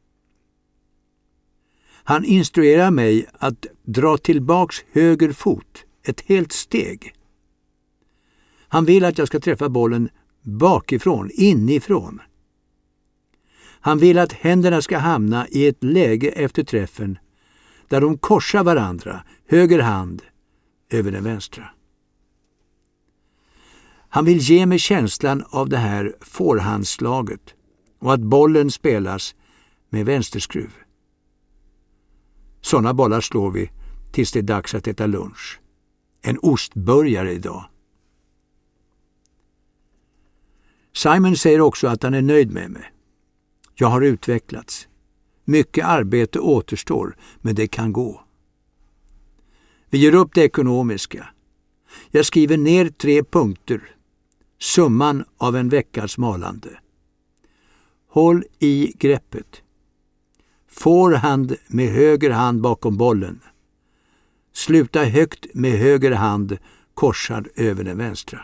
Han instruerar mig att dra tillbaks höger fot ett helt steg. Han vill att jag ska träffa bollen bakifrån, inifrån. Han vill att händerna ska hamna i ett läge efter träffen där de korsar varandra, höger hand över den vänstra. Han vill ge mig känslan av det här forehandslaget och att bollen spelas med vänsterskruv. Sådana bollar slår vi tills det är dags att äta lunch. En ostburgare idag. Simon säger också att han är nöjd med mig. Jag har utvecklats. Mycket arbete återstår, men det kan gå. Vi gör upp det ekonomiska. Jag skriver ner tre punkter. Summan av en veckas malande. Håll i greppet. Forehand med höger hand bakom bollen. Sluta högt med höger hand korsad över den vänstra.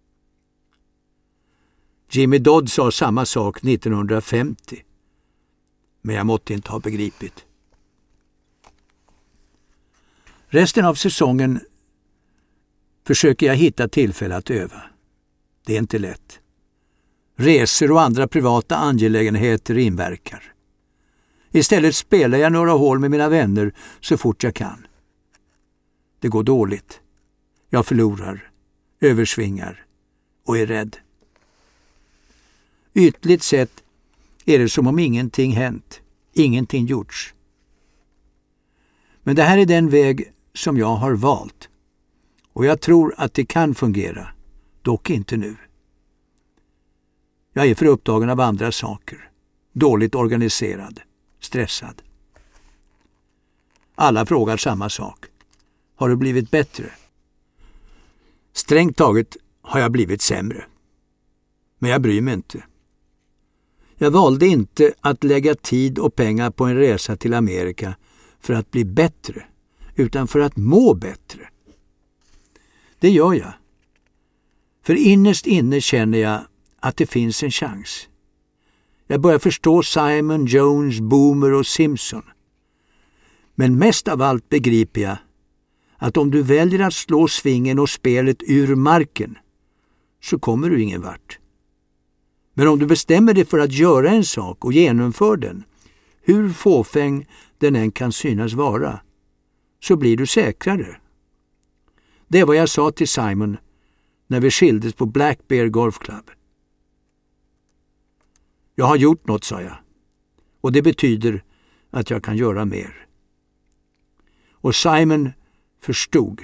Jimmy Dodd sa samma sak nittonhundrafemtio. Men jag måtte inte ha begripit. Resten av säsongen försöker jag hitta tillfälle att öva. Det är inte lätt. Resor och andra privata angelägenheter inverkar. Istället spelar jag några hål med mina vänner så fort jag kan. Det går dåligt. Jag förlorar, översvingar och är rädd. Ytligt sett är det som om ingenting hänt, ingenting gjorts. Men det här är den väg som jag har valt och jag tror att det kan fungera, dock inte nu. Jag är för upptagen av andra saker. Dåligt organiserad. Stressad. Alla frågar samma sak. Har du blivit bättre? Strängt taget har jag blivit sämre. Men jag bryr mig inte. Jag valde inte att lägga tid och pengar på en resa till Amerika för att bli bättre, utan för att må bättre. Det gör jag. För innerst inne känner jag att det finns en chans. Jag börjar förstå Simon, Jones, Boomer och Simpson. Men mest av allt begriper jag att om du väljer att slå svingen och spelet ur marken så kommer du ingen vart. Men om du bestämmer dig för att göra en sak och genomför den, hur fåfäng den än kan synas vara, så blir du säkrare. Det är vad jag sa till Simon när vi skildes på Black Bear Golf Club. Jag har gjort något, sa jag. Och det betyder att jag kan göra mer. Och Simon förstod.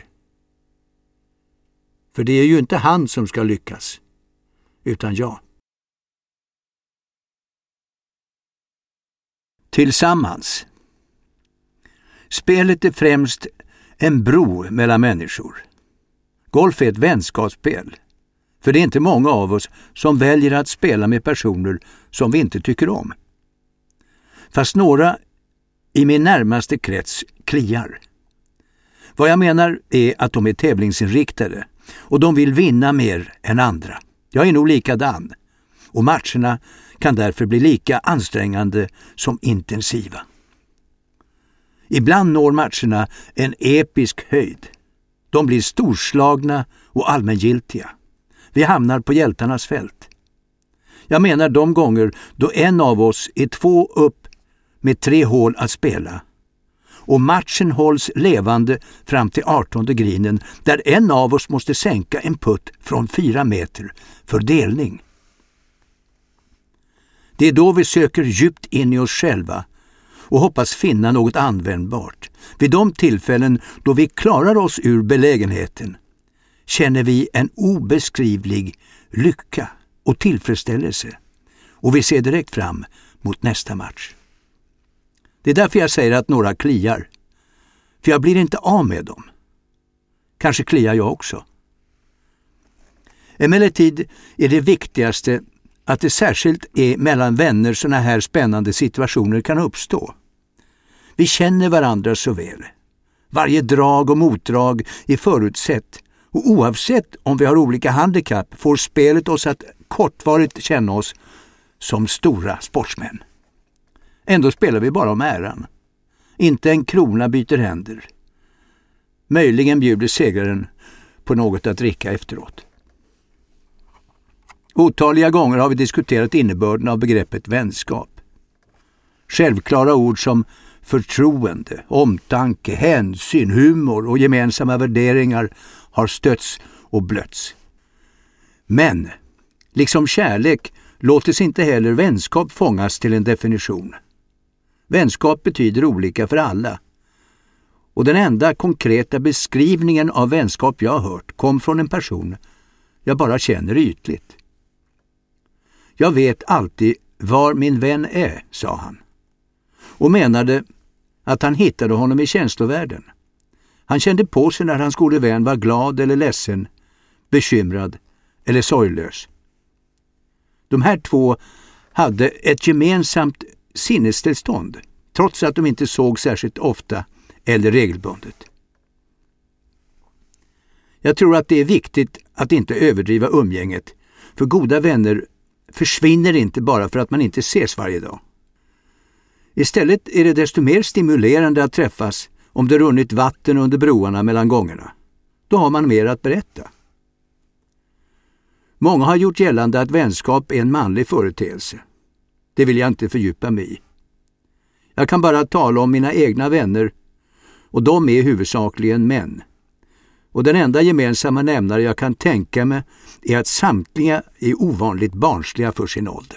För det är ju inte han som ska lyckas, utan jag. Tillsammans. Spelet är främst en bro mellan människor. Golf är ett vänskapsspel. För det är inte många av oss som väljer att spela med personer som vi inte tycker om. Fast några i min närmaste krets kliar. Vad jag menar är att de är tävlingsinriktade och de vill vinna mer än andra. Jag är nog likadan och matcherna kan därför bli lika ansträngande som intensiva. Ibland når matcherna en episk höjd. De blir storslagna och allmängiltiga. Vi hamnar på hjältarnas fält. Jag menar de gånger då en av oss är två upp med tre hål att spela. Och matchen hålls levande fram till artonde grinen där en av oss måste sänka en putt från fyra meter för delning. Det är då vi söker djupt in i oss själva och hoppas finna något användbart. Vid de tillfällen då vi klarar oss ur belägenheten känner vi en obeskrivlig lycka och tillfredsställelse och vi ser direkt fram mot nästa match. Det är därför jag säger att några kliar, för jag blir inte av med dem. Kanske kliar jag också. Emellertid är det viktigaste att det särskilt är mellan vänner såna här spännande situationer kan uppstå. Vi känner varandra så väl. Varje drag och motdrag är förutsett och oavsett om vi har olika handikapp får spelet oss att kortvarigt känna oss som stora sportsmän. Ändå spelar vi bara om äran. Inte en krona byter händer. Möjligen bjuder segraren på något att dricka efteråt. Otaliga gånger har vi diskuterat innebörden av begreppet vänskap. Självklara ord som förtroende, omtanke, hänsyn, humor och gemensamma värderingar har stötts och blötts. Men, liksom kärlek, låter inte heller vänskap fångas till en definition. Vänskap betyder olika för alla. Och den enda konkreta beskrivningen av vänskap jag har hört kom från en person jag bara känner ytligt. Jag vet alltid var min vän är, sa han. Och menade att han hittade honom i känslovärlden. Han kände på sig när hans gode vän var glad eller ledsen, bekymrad eller sorglös. De här två hade ett gemensamt sinnestillstånd, trots att de inte såg särskilt ofta eller regelbundet. Jag tror att det är viktigt att inte överdriva umgänget, för goda vänner försvinner inte bara för att man inte ses varje dag. Istället är det desto mer stimulerande att träffas om det runnit vatten under broarna mellan gångerna. Då har man mer att berätta. Många har gjort gällande att vänskap är en manlig företeelse. Det vill jag inte fördjupa mig i. Jag kan bara tala om mina egna vänner och de är huvudsakligen män. Och den enda gemensamma nämnare jag kan tänka mig är att samtliga är ovanligt barnsliga för sin ålder.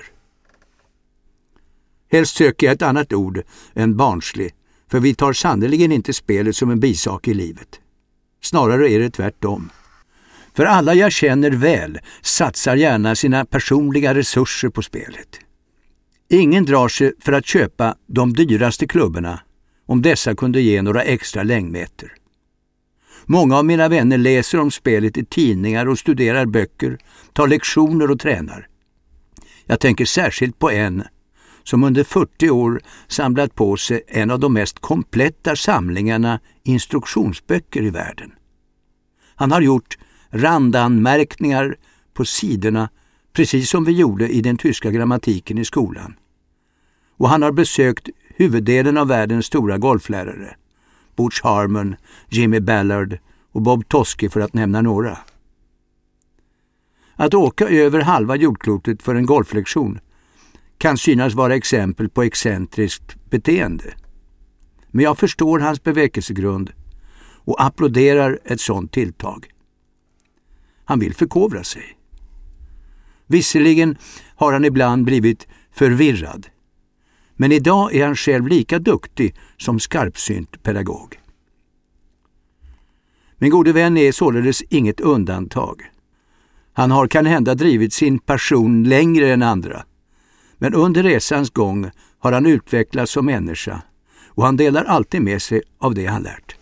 Helst söker jag ett annat ord än barnslig, för vi tar sannoliken inte spelet som en bisak i livet. Snarare är det tvärtom. För alla jag känner väl satsar gärna sina personliga resurser på spelet. Ingen drar sig för att köpa de dyraste klubborna om dessa kunde ge några extra längdmeter. Många av mina vänner läser om spelet i tidningar och studerar böcker, tar lektioner och tränar. Jag tänker särskilt på en som under fyrtio år samlat på sig en av de mest kompletta samlingarna instruktionsböcker i världen. Han har gjort randanmärkningar på sidorna precis som vi gjorde i den tyska grammatiken i skolan. Och han har besökt huvuddelen av världens stora golflärare. Butch Harmon, Jimmy Ballard och Bob Toski för att nämna några. Att åka över halva jordklotet för en golflektion kan synas vara exempel på excentriskt beteende. Men jag förstår hans bevekelsegrund och applåderar ett sådant tilltag. Han vill förkovra sig. Visserligen har han ibland blivit förvirrad, men idag är han själv lika duktig som skarpsynt pedagog. Min gode vän är således inget undantag. Han har kanhända drivit sin passion längre än andra, men under resans gång har han utvecklats som människa och han delar alltid med sig av det han lärt.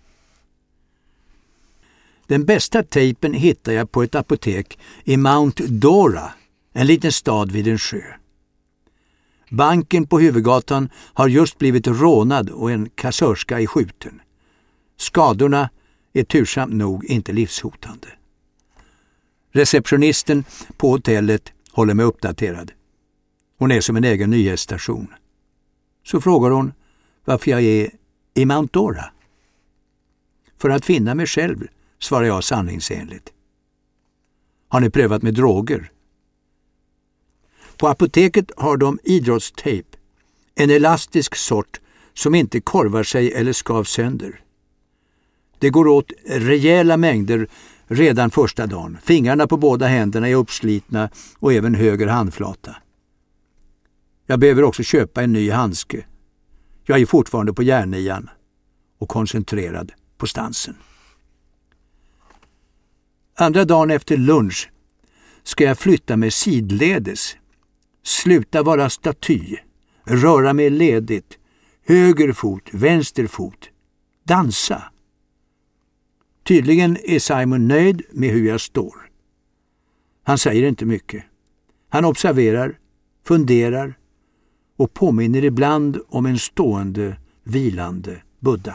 Den bästa tejpen hittar jag på ett apotek i Mount Dora, en liten stad vid en sjö. Banken på huvudgatan har just blivit rånad och en kassörska är skjuten. Skadorna är tursamt nog inte livshotande. Receptionisten på hotellet håller mig uppdaterad. Hon är som en egen nyhetsstation. Så frågar hon varför jag är i Mount Dora. För att finna mig själv, svarar jag sanningsenligt. Har ni prövat med droger? På apoteket har de idrottstejp, en elastisk sort som inte korvar sig eller skav sönder. Det går åt rejäla mängder redan första dagen. Fingrarna på båda händerna är uppslitna och även höger handflata. Jag behöver också köpa en ny handske. Jag är fortfarande på järnnian och koncentrerad på stansen. Andra dagen efter lunch ska jag flytta mig sidledes. Sluta vara staty. Röra mig ledigt. Höger fot, vänster fot. Dansa. Tydligen är Simon nöjd med hur jag står. Han säger inte mycket. Han observerar, funderar och påminner ibland om en stående, vilande Buddha.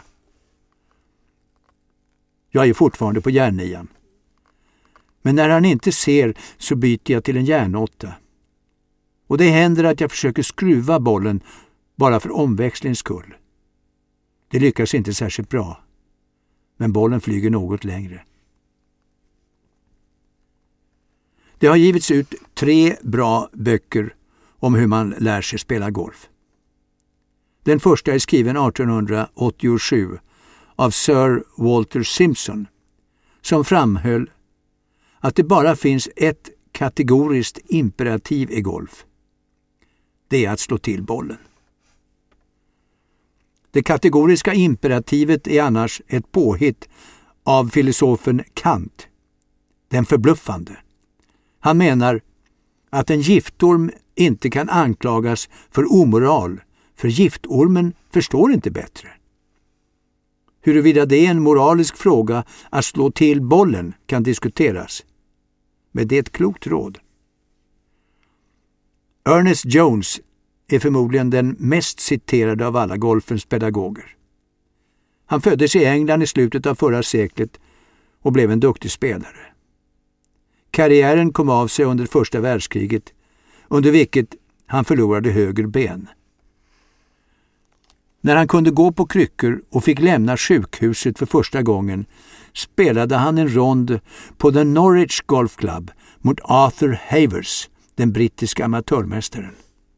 Jag är fortfarande på järnnian. Men när han inte ser så byter jag till en järnåtta. Och det händer att jag försöker skruva bollen bara för omväxlings skull. Det lyckas inte särskilt bra. Men bollen flyger något längre. Det har givits ut tre bra böcker om hur man lär sig spela golf. Den första är skriven artonhundraåttiosju av Sir Walter Simpson, som framhöll att det bara finns ett kategoriskt imperativ i golf. Det är att slå till bollen. Det kategoriska imperativet är annars ett påhitt av filosofen Kant, den förbluffande. Han menar att en giftorm inte kan anklagas för omoral, för giftormen förstår inte bättre. Huruvida det är en moralisk fråga att slå till bollen kan diskuteras. Men det är ett klokt råd. Ernest Jones är förmodligen den mest citerade av alla golfens pedagoger. Han föddes i England i slutet av förra seklet och blev en duktig spelare. Karriären kom av sig under första världskriget, under vilket han förlorade höger ben. När han kunde gå på kryckor och fick lämna sjukhuset för första gången spelade han en rond på The Norwich Golf Club mot Arthur Havers, den brittiska amatörmästaren.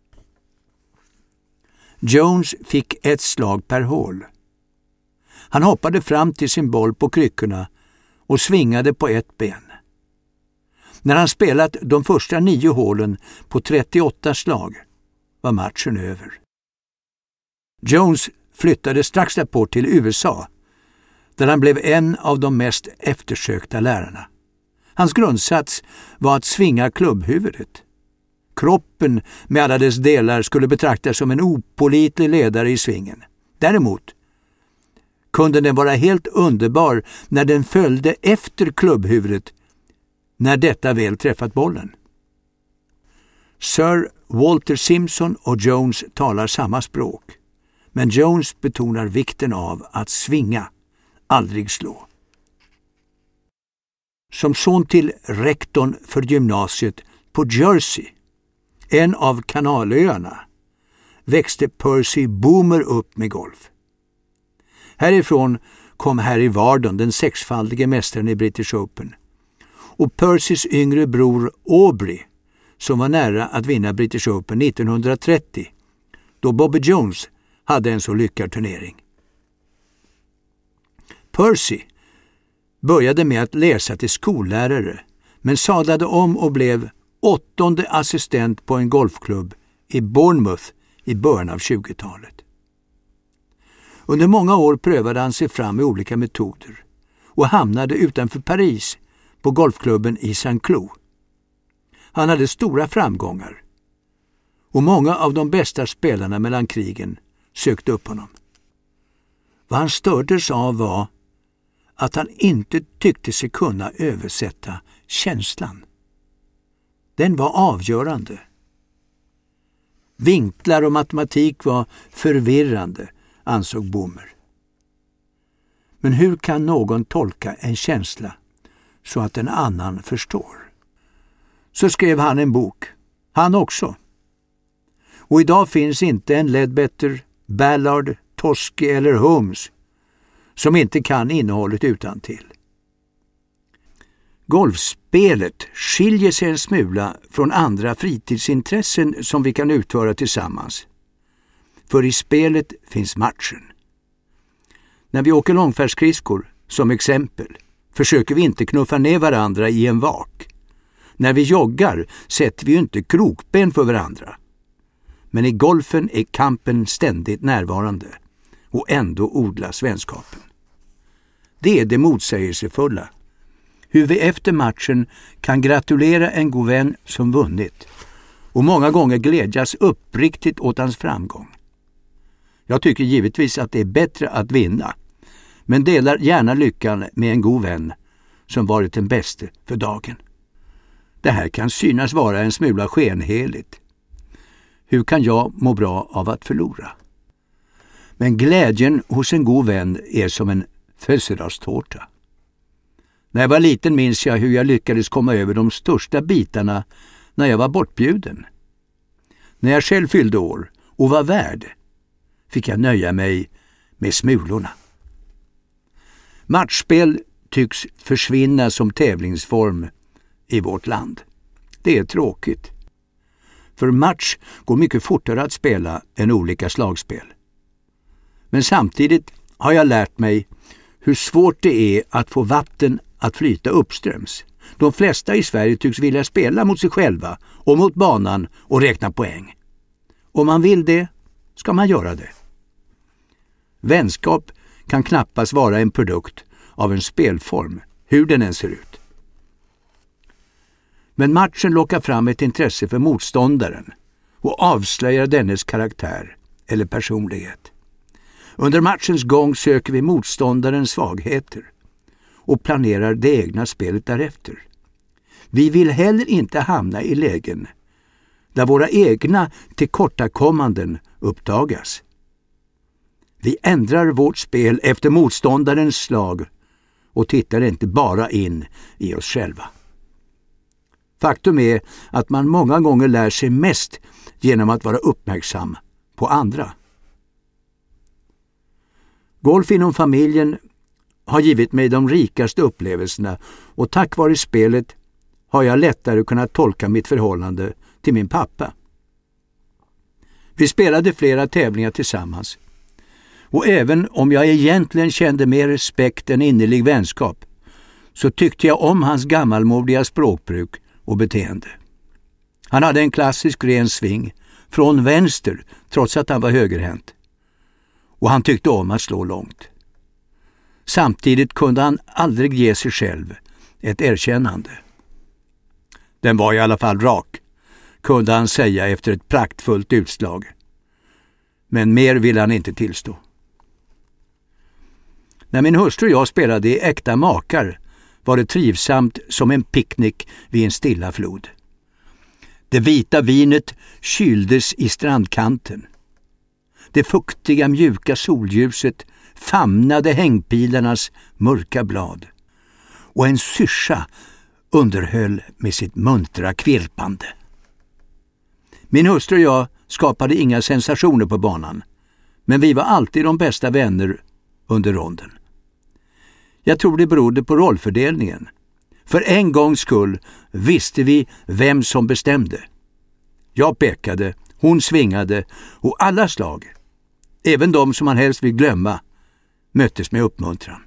Jones fick ett slag per hål. Han hoppade fram till sin boll på kryckorna och svingade på ett ben. När han spelat de första nio hålen på trettioåtta slag var matchen över. Jones flyttade strax därpå till U S A, där han blev en av de mest eftersökta lärarna. Hans grundsats var att svinga klubbhuvudet. Kroppen med alla dess delar skulle betraktas som en opålitlig ledare i svingen. Däremot kunde den vara helt underbar när den följde efter klubbhuvudet när detta väl träffat bollen. Sir Walter Simpson och Jones talar samma språk, men Jones betonar vikten av att svinga, aldrig slå. Som son till rektorn för gymnasiet på Jersey, en av kanalöarna, växte Percy Boomer upp med golf. Härifrån kom Harry Vardon, den sexfaldige mästaren i British Open, och Percys yngre bror Aubrey, som var nära att vinna British Open nittonhundratrettio, då Bobby Jones hade en så lyckad turnering. Percy började med att läsa till skollärare, men sadlade om och blev åttonde assistent på en golfklubb i Bournemouth i början av tjugotalet. Under många år prövade han sig fram med olika metoder och hamnade utanför Paris på golfklubben i Saint-Cloud. Han hade stora framgångar och många av de bästa spelarna mellan krigen sökte upp honom. Vad han stördes av var att han inte tyckte sig kunna översätta känslan. Den var avgörande. Vinklar och matematik var förvirrande, ansåg Boomer. Men hur kan någon tolka en känsla så att en annan förstår? Så skrev han en bok, han också. Och idag finns inte en Ledbetter, Ballard, Toschi eller Holmes som inte kan innehållet utantill. Golfspelet skiljer sig en smula från andra fritidsintressen som vi kan utföra tillsammans. För i spelet finns matchen. När vi åker långfärdsskridskor, som exempel, försöker vi inte knuffa ner varandra i en vak. När vi joggar sätter vi ju inte krokben för varandra. Men i golfen är kampen ständigt närvarande och ändå odlas vänskapen. Det är det motsägelsefulla. Hur vi efter matchen kan gratulera en god vän som vunnit och många gånger glädjas uppriktigt åt hans framgång. Jag tycker givetvis att det är bättre att vinna, men delar gärna lyckan med en god vän som varit den bäste för dagen. Det här kan synas vara en smula skenheligt. Hur kan jag må bra av att förlora? Men glädjen hos en god vän är som en födelsedagstårta. När jag var liten minns jag hur jag lyckades komma över de största bitarna när jag var bortbjuden. När jag själv fyllde år och var värd fick jag nöja mig med smulorna. Matchspel tycks försvinna som tävlingsform i vårt land. Det är tråkigt. För match går mycket fortare att spela än olika slagspel. Men samtidigt har jag lärt mig hur svårt det är att få vatten att flyta uppströms. De flesta i Sverige tycks vilja spela mot sig själva och mot banan och räkna poäng. Om man vill det ska man göra det. Vänskap kan knappast vara en produkt av en spelform, hur den än ser ut. Men matchen lockar fram ett intresse för motståndaren och avslöjar dennes karaktär eller personlighet. Under matchens gång söker vi motståndarens svagheter och planerar det egna spelet därefter. Vi vill heller inte hamna i lägen där våra egna tillkortakommanden uppdagas. Vi ändrar vårt spel efter motståndarens slag och tittar inte bara in i oss själva. Faktum är att man många gånger lär sig mest genom att vara uppmärksam på andra. Golf inom familjen har givit mig de rikaste upplevelserna och tack vare spelet har jag lättare kunnat tolka mitt förhållande till min pappa. Vi spelade flera tävlingar tillsammans och även om jag egentligen kände mer respekt än innerlig vänskap så tyckte jag om hans gammalmodiga språkbruk och beteende. Han hade en klassisk ren sving från vänster trots att han var högerhänt. Och han tyckte om att slå långt. Samtidigt kunde han aldrig ge sig själv ett erkännande. Den var i alla fall rak, kunde han säga efter ett praktfullt utslag. Men mer ville han inte tillstå. När min hustru och jag spelade i Äkta makar var det trivsamt som en picknick vid en stilla flod. Det vita vinet kyldes i strandkanten. Det fuktiga mjuka solljuset famnade hängpilarnas mörka blad. Och en syrsa underhöll med sitt muntra kvirpande. Min hustru och jag skapade inga sensationer på banan, men vi var alltid de bästa vänner under ronden. Jag tror det berodde på rollfördelningen. För en gångs skull visste vi vem som bestämde. Jag pekade, hon svingade och alla slag, även de som man helst vill glömma, möttes med uppmuntran.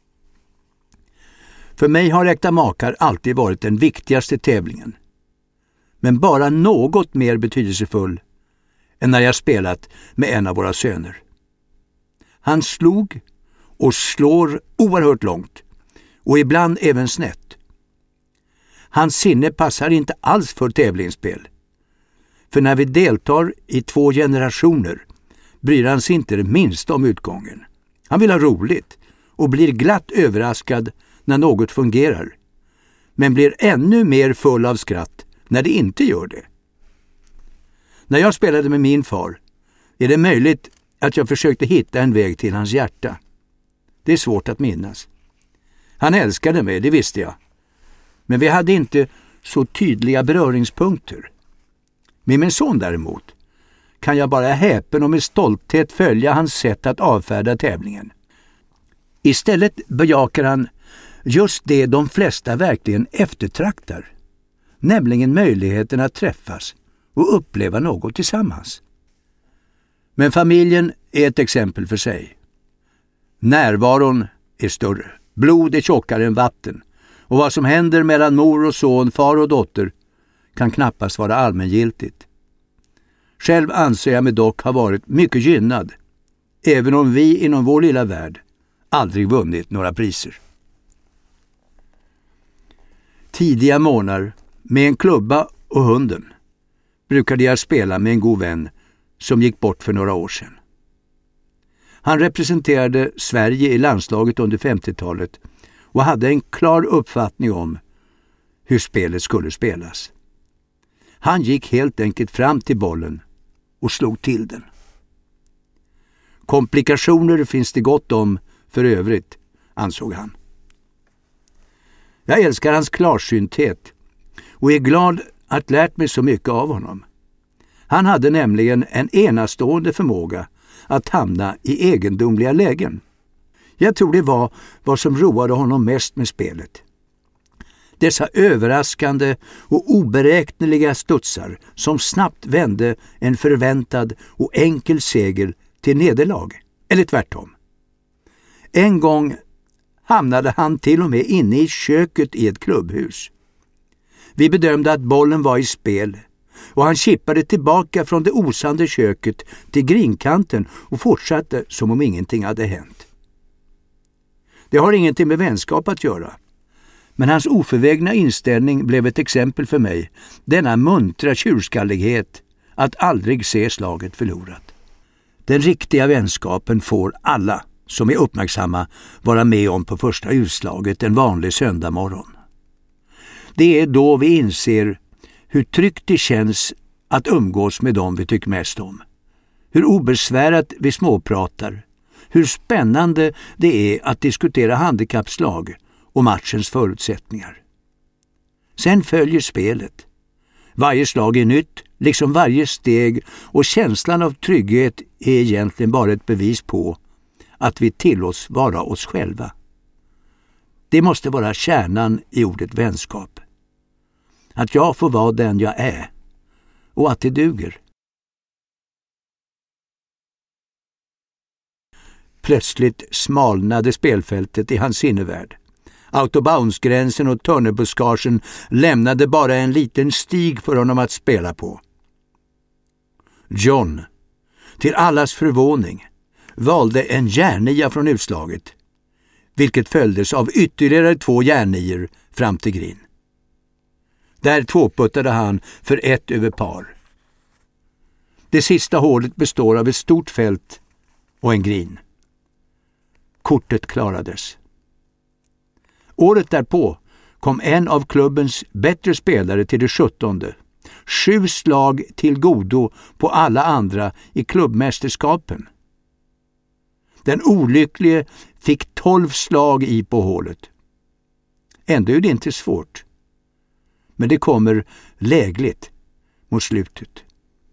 För mig har Äkta makar alltid varit den viktigaste tävlingen. Men bara något mer betydelsefull än när jag spelat med en av våra söner. Han slog och slår oerhört långt och ibland även snett. Hans sinne passar inte alls för tävlingsspel. För när vi deltar i två generationer bryr han sig inte det minsta om utgången. Han vill ha roligt och blir glatt överraskad när något fungerar, men blir ännu mer full av skratt när det inte gör det. När jag spelade med min far är det möjligt att jag försökte hitta en väg till hans hjärta. Det är svårt att minnas. Han älskade mig, det visste jag. Men vi hade inte så tydliga beröringspunkter. Med min son däremot kan jag bara häpen och med stolthet följa hans sätt att avfärda tävlingen. Istället bejakar han just det de flesta verkligen eftertraktar, nämligen möjligheten att träffas och uppleva något tillsammans. Men familjen är ett exempel för sig. Närvaron är större, blod är tjockare än vatten, och vad som händer mellan mor och son, far och dotter kan knappast vara allmängiltigt. Själv anser jag mig dock ha varit mycket gynnad, även om vi inom vår lilla värld aldrig vunnit några priser. Tidiga morgnar med en klubba och hunden brukade jag spela med en god vän som gick bort för några år sedan. Han representerade Sverige i landslaget under femtiotalet och hade en klar uppfattning om hur spelet skulle spelas. Han gick helt enkelt fram till bollen och slog till den. Komplikationer finns det gott om för övrigt, ansåg han. Jag älskar hans klarsynthet och är glad att lärt mig så mycket av honom. Han hade nämligen en enastående förmåga att hamna i egendomliga lägen. Jag tror det var vad som roade honom mest med spelet. Dessa överraskande och oberäkneliga studsar som snabbt vände en förväntad och enkel seger till nederlag, eller tvärtom. En gång hamnade han till och med inne i köket i ett klubbhus. Vi bedömde att bollen var i spel och han chippade tillbaka från det osande köket till grinkanten och fortsatte som om ingenting hade hänt. Det har ingenting med vänskap att göra. Men hans oförvägna inställning blev ett exempel för mig, denna muntra tjurskallighet att aldrig se slaget förlorat. Den riktiga vänskapen får alla som är uppmärksamma vara med om på första utslaget en vanlig söndagmorgon. Det är då vi inser hur tryggt det känns att umgås med dem vi tycker mest om. Hur obesvärat vi småpratar. Hur spännande det är att diskutera handikappslag och matchens förutsättningar. Sen följer spelet. Varje slag är nytt, liksom varje steg, och känslan av trygghet är egentligen bara ett bevis på att vi tillåts vara oss själva. Det måste vara kärnan i ordet vänskap. Att jag får vara den jag är och att det duger. Plötsligt smalnade spelfältet i hans sinnevärld. Autobahnsgränsen och tunnelbuskagen lämnade bara en liten stig för honom att spela på. John, till allas förvåning, valde en järnia från utslaget, vilket följdes av ytterligare två järnior fram till green. Där tvåputtade han för ett över par. Det sista hålet består av ett stort fält och en green. Kortet klarades. Året därpå kom en av klubbens bättre spelare till det sjuttonde. Sju slag till godo på alla andra i klubbmästerskapen. Den olycklige fick tolv slag i på hålet. Ändå är det inte svårt. Men det kommer lägligt mot slutet.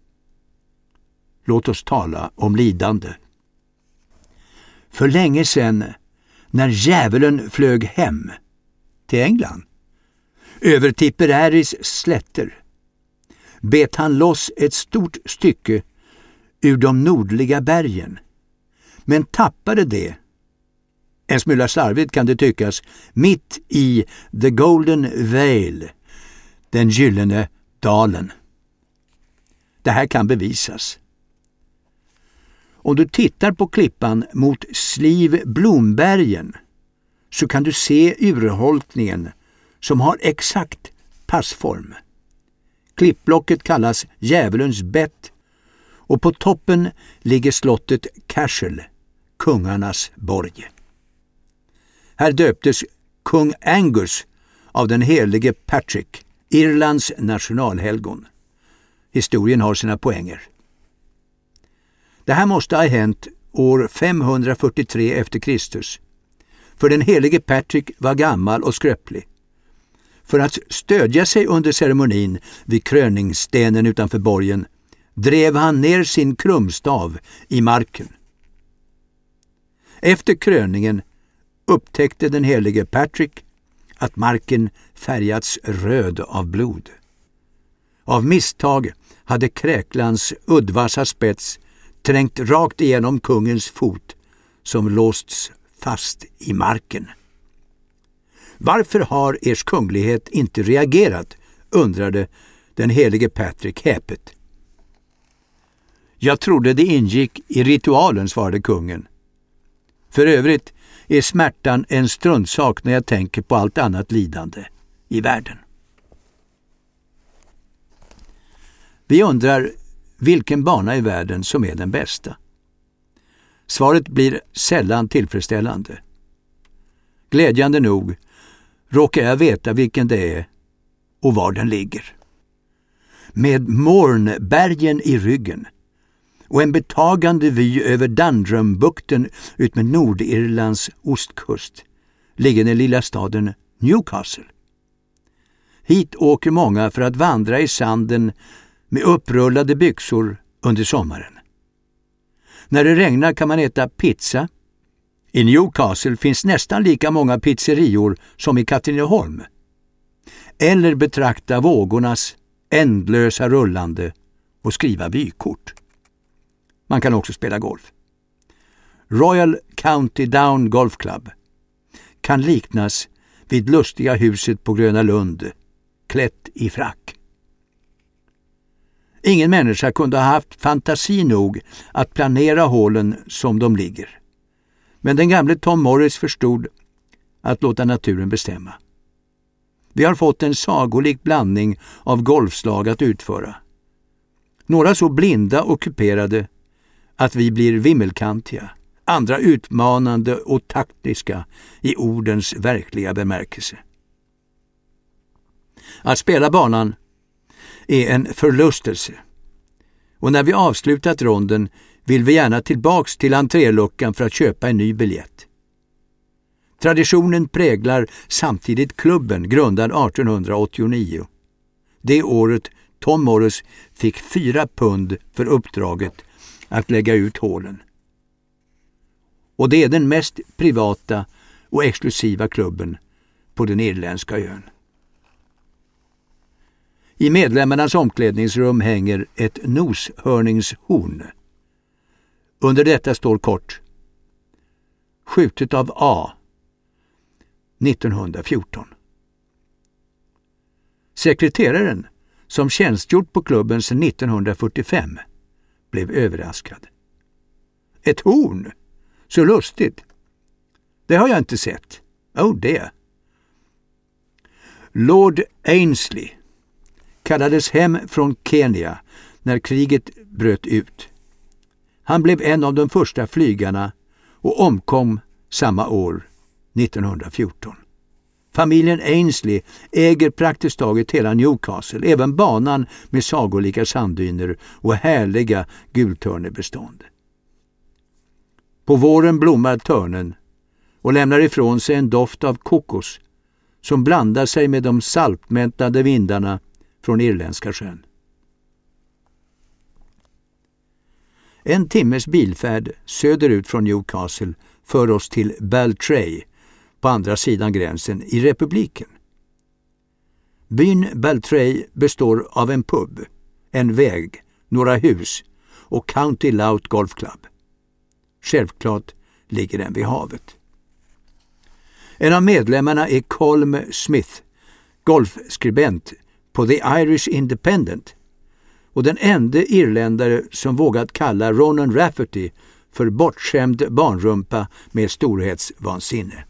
Låt oss tala om lidande. För länge sedan, när djävulen flög hem till England, över Tipperaris slätter, bet han loss ett stort stycke ur de nordliga bergen, men tappade det, en smula slarvigt kan det tyckas, mitt i The Golden Vale, den gyllene dalen. Det här kan bevisas. Om du tittar på klippan mot Sliv-Blombergen så kan du se urholkningen som har exakt passform. Klippblocket kallas Djävulens bett och på toppen ligger slottet Cashel, kungarnas borg. Här döptes kung Angus av den helige Patrick, Irlands nationalhelgon. Historien har sina poänger. Det här måste ha hänt år femhundrafyrtiotre efter Kristus, för den helige Patrick var gammal och skröplig. För att stödja sig under ceremonin vid kröningsstenen utanför borgen drev han ner sin krumstav i marken. Efter kröningen upptäckte den helige Patrick att marken färgats röd av blod. Av misstag hade kräklans uddvassa spets trängt rakt igenom kungens fot som låsts fast i marken. Varför har ers kunglighet inte reagerat, undrade den helige Patrick häpet. Jag trodde det ingick i ritualen, svarade kungen. För övrigt är smärtan en struntsak när jag tänker på allt annat lidande i världen. Vi undrar vilken bana i världen som är den bästa. Svaret blir sällan tillfredsställande. Glädjande nog råkar jag veta vilken det är och var den ligger. Med Mournebergen i ryggen och en betagande vy över Dundrumbukten ut med Nordirlands ostkust ligger den lilla staden Newcastle. Hit åker många för att vandra i sanden med upprullade byxor under sommaren. När det regnar kan man äta pizza. I Newcastle finns nästan lika många pizzerior som i Katrineholm. Eller betrakta vågornas ändlösa rullande och skriva vykort. Man kan också spela golf. Royal County Down Golf Club kan liknas vid lustiga huset på Gröna Lund, klätt i frack. Ingen människa kunde ha haft fantasi nog att planera hålen som de ligger. Men den gamle Tom Morris förstod att låta naturen bestämma. Vi har fått en sagolik blandning av golfslag att utföra. Några så blinda och kuperade att vi blir vimmelkantiga, andra utmanande och taktiska i ordens verkliga bemärkelse. Att spela banan är en förlustelse. Och när vi avslutat ronden vill vi gärna tillbaks till entréluckan för att köpa en ny biljett. Traditionen präglar samtidigt klubben, grundad artonhundraåttionio. Det året Tom Morris fick fyra pund för uppdraget att lägga ut hålen. Och det är den mest privata och exklusiva klubben på den irländska ön. I medlemmarnas omklädningsrum hänger ett noshörningshorn. Under detta står kort: skjutet av A nittonhundrafjorton. Sekreteraren, som tjänstgjort på klubben sedan nittonhundrafyrtiofem, blev överraskad. Ett horn? Så lustigt. Det har jag inte sett. Oh, det. Lord Ainslie, kallades hem från Kenya när kriget bröt ut. Han blev en av de första flygarna och omkom samma år, nittonhundrafjorton. Familjen Ainsley äger praktiskt taget hela Newcastle, även banan med sagolika sanddyner och härliga gultörnebestånd. På våren blommar törnen och lämnar ifrån sig en doft av kokos som blandar sig med de saltmättade vindarna från Irländska sjön. En timmes bilfärd söderut från Newcastle för oss till Baltray på andra sidan gränsen i republiken. Byn Baltray består av en pub, en väg, några hus och County Louth Golf Club. Självklart ligger den vid havet. En av medlemmarna är Colm Smith, golfskribent på The Irish Independent och den enda irländare som vågat kalla Ronan Rafferty för bortskämd barnrumpa med storhetsvansinne.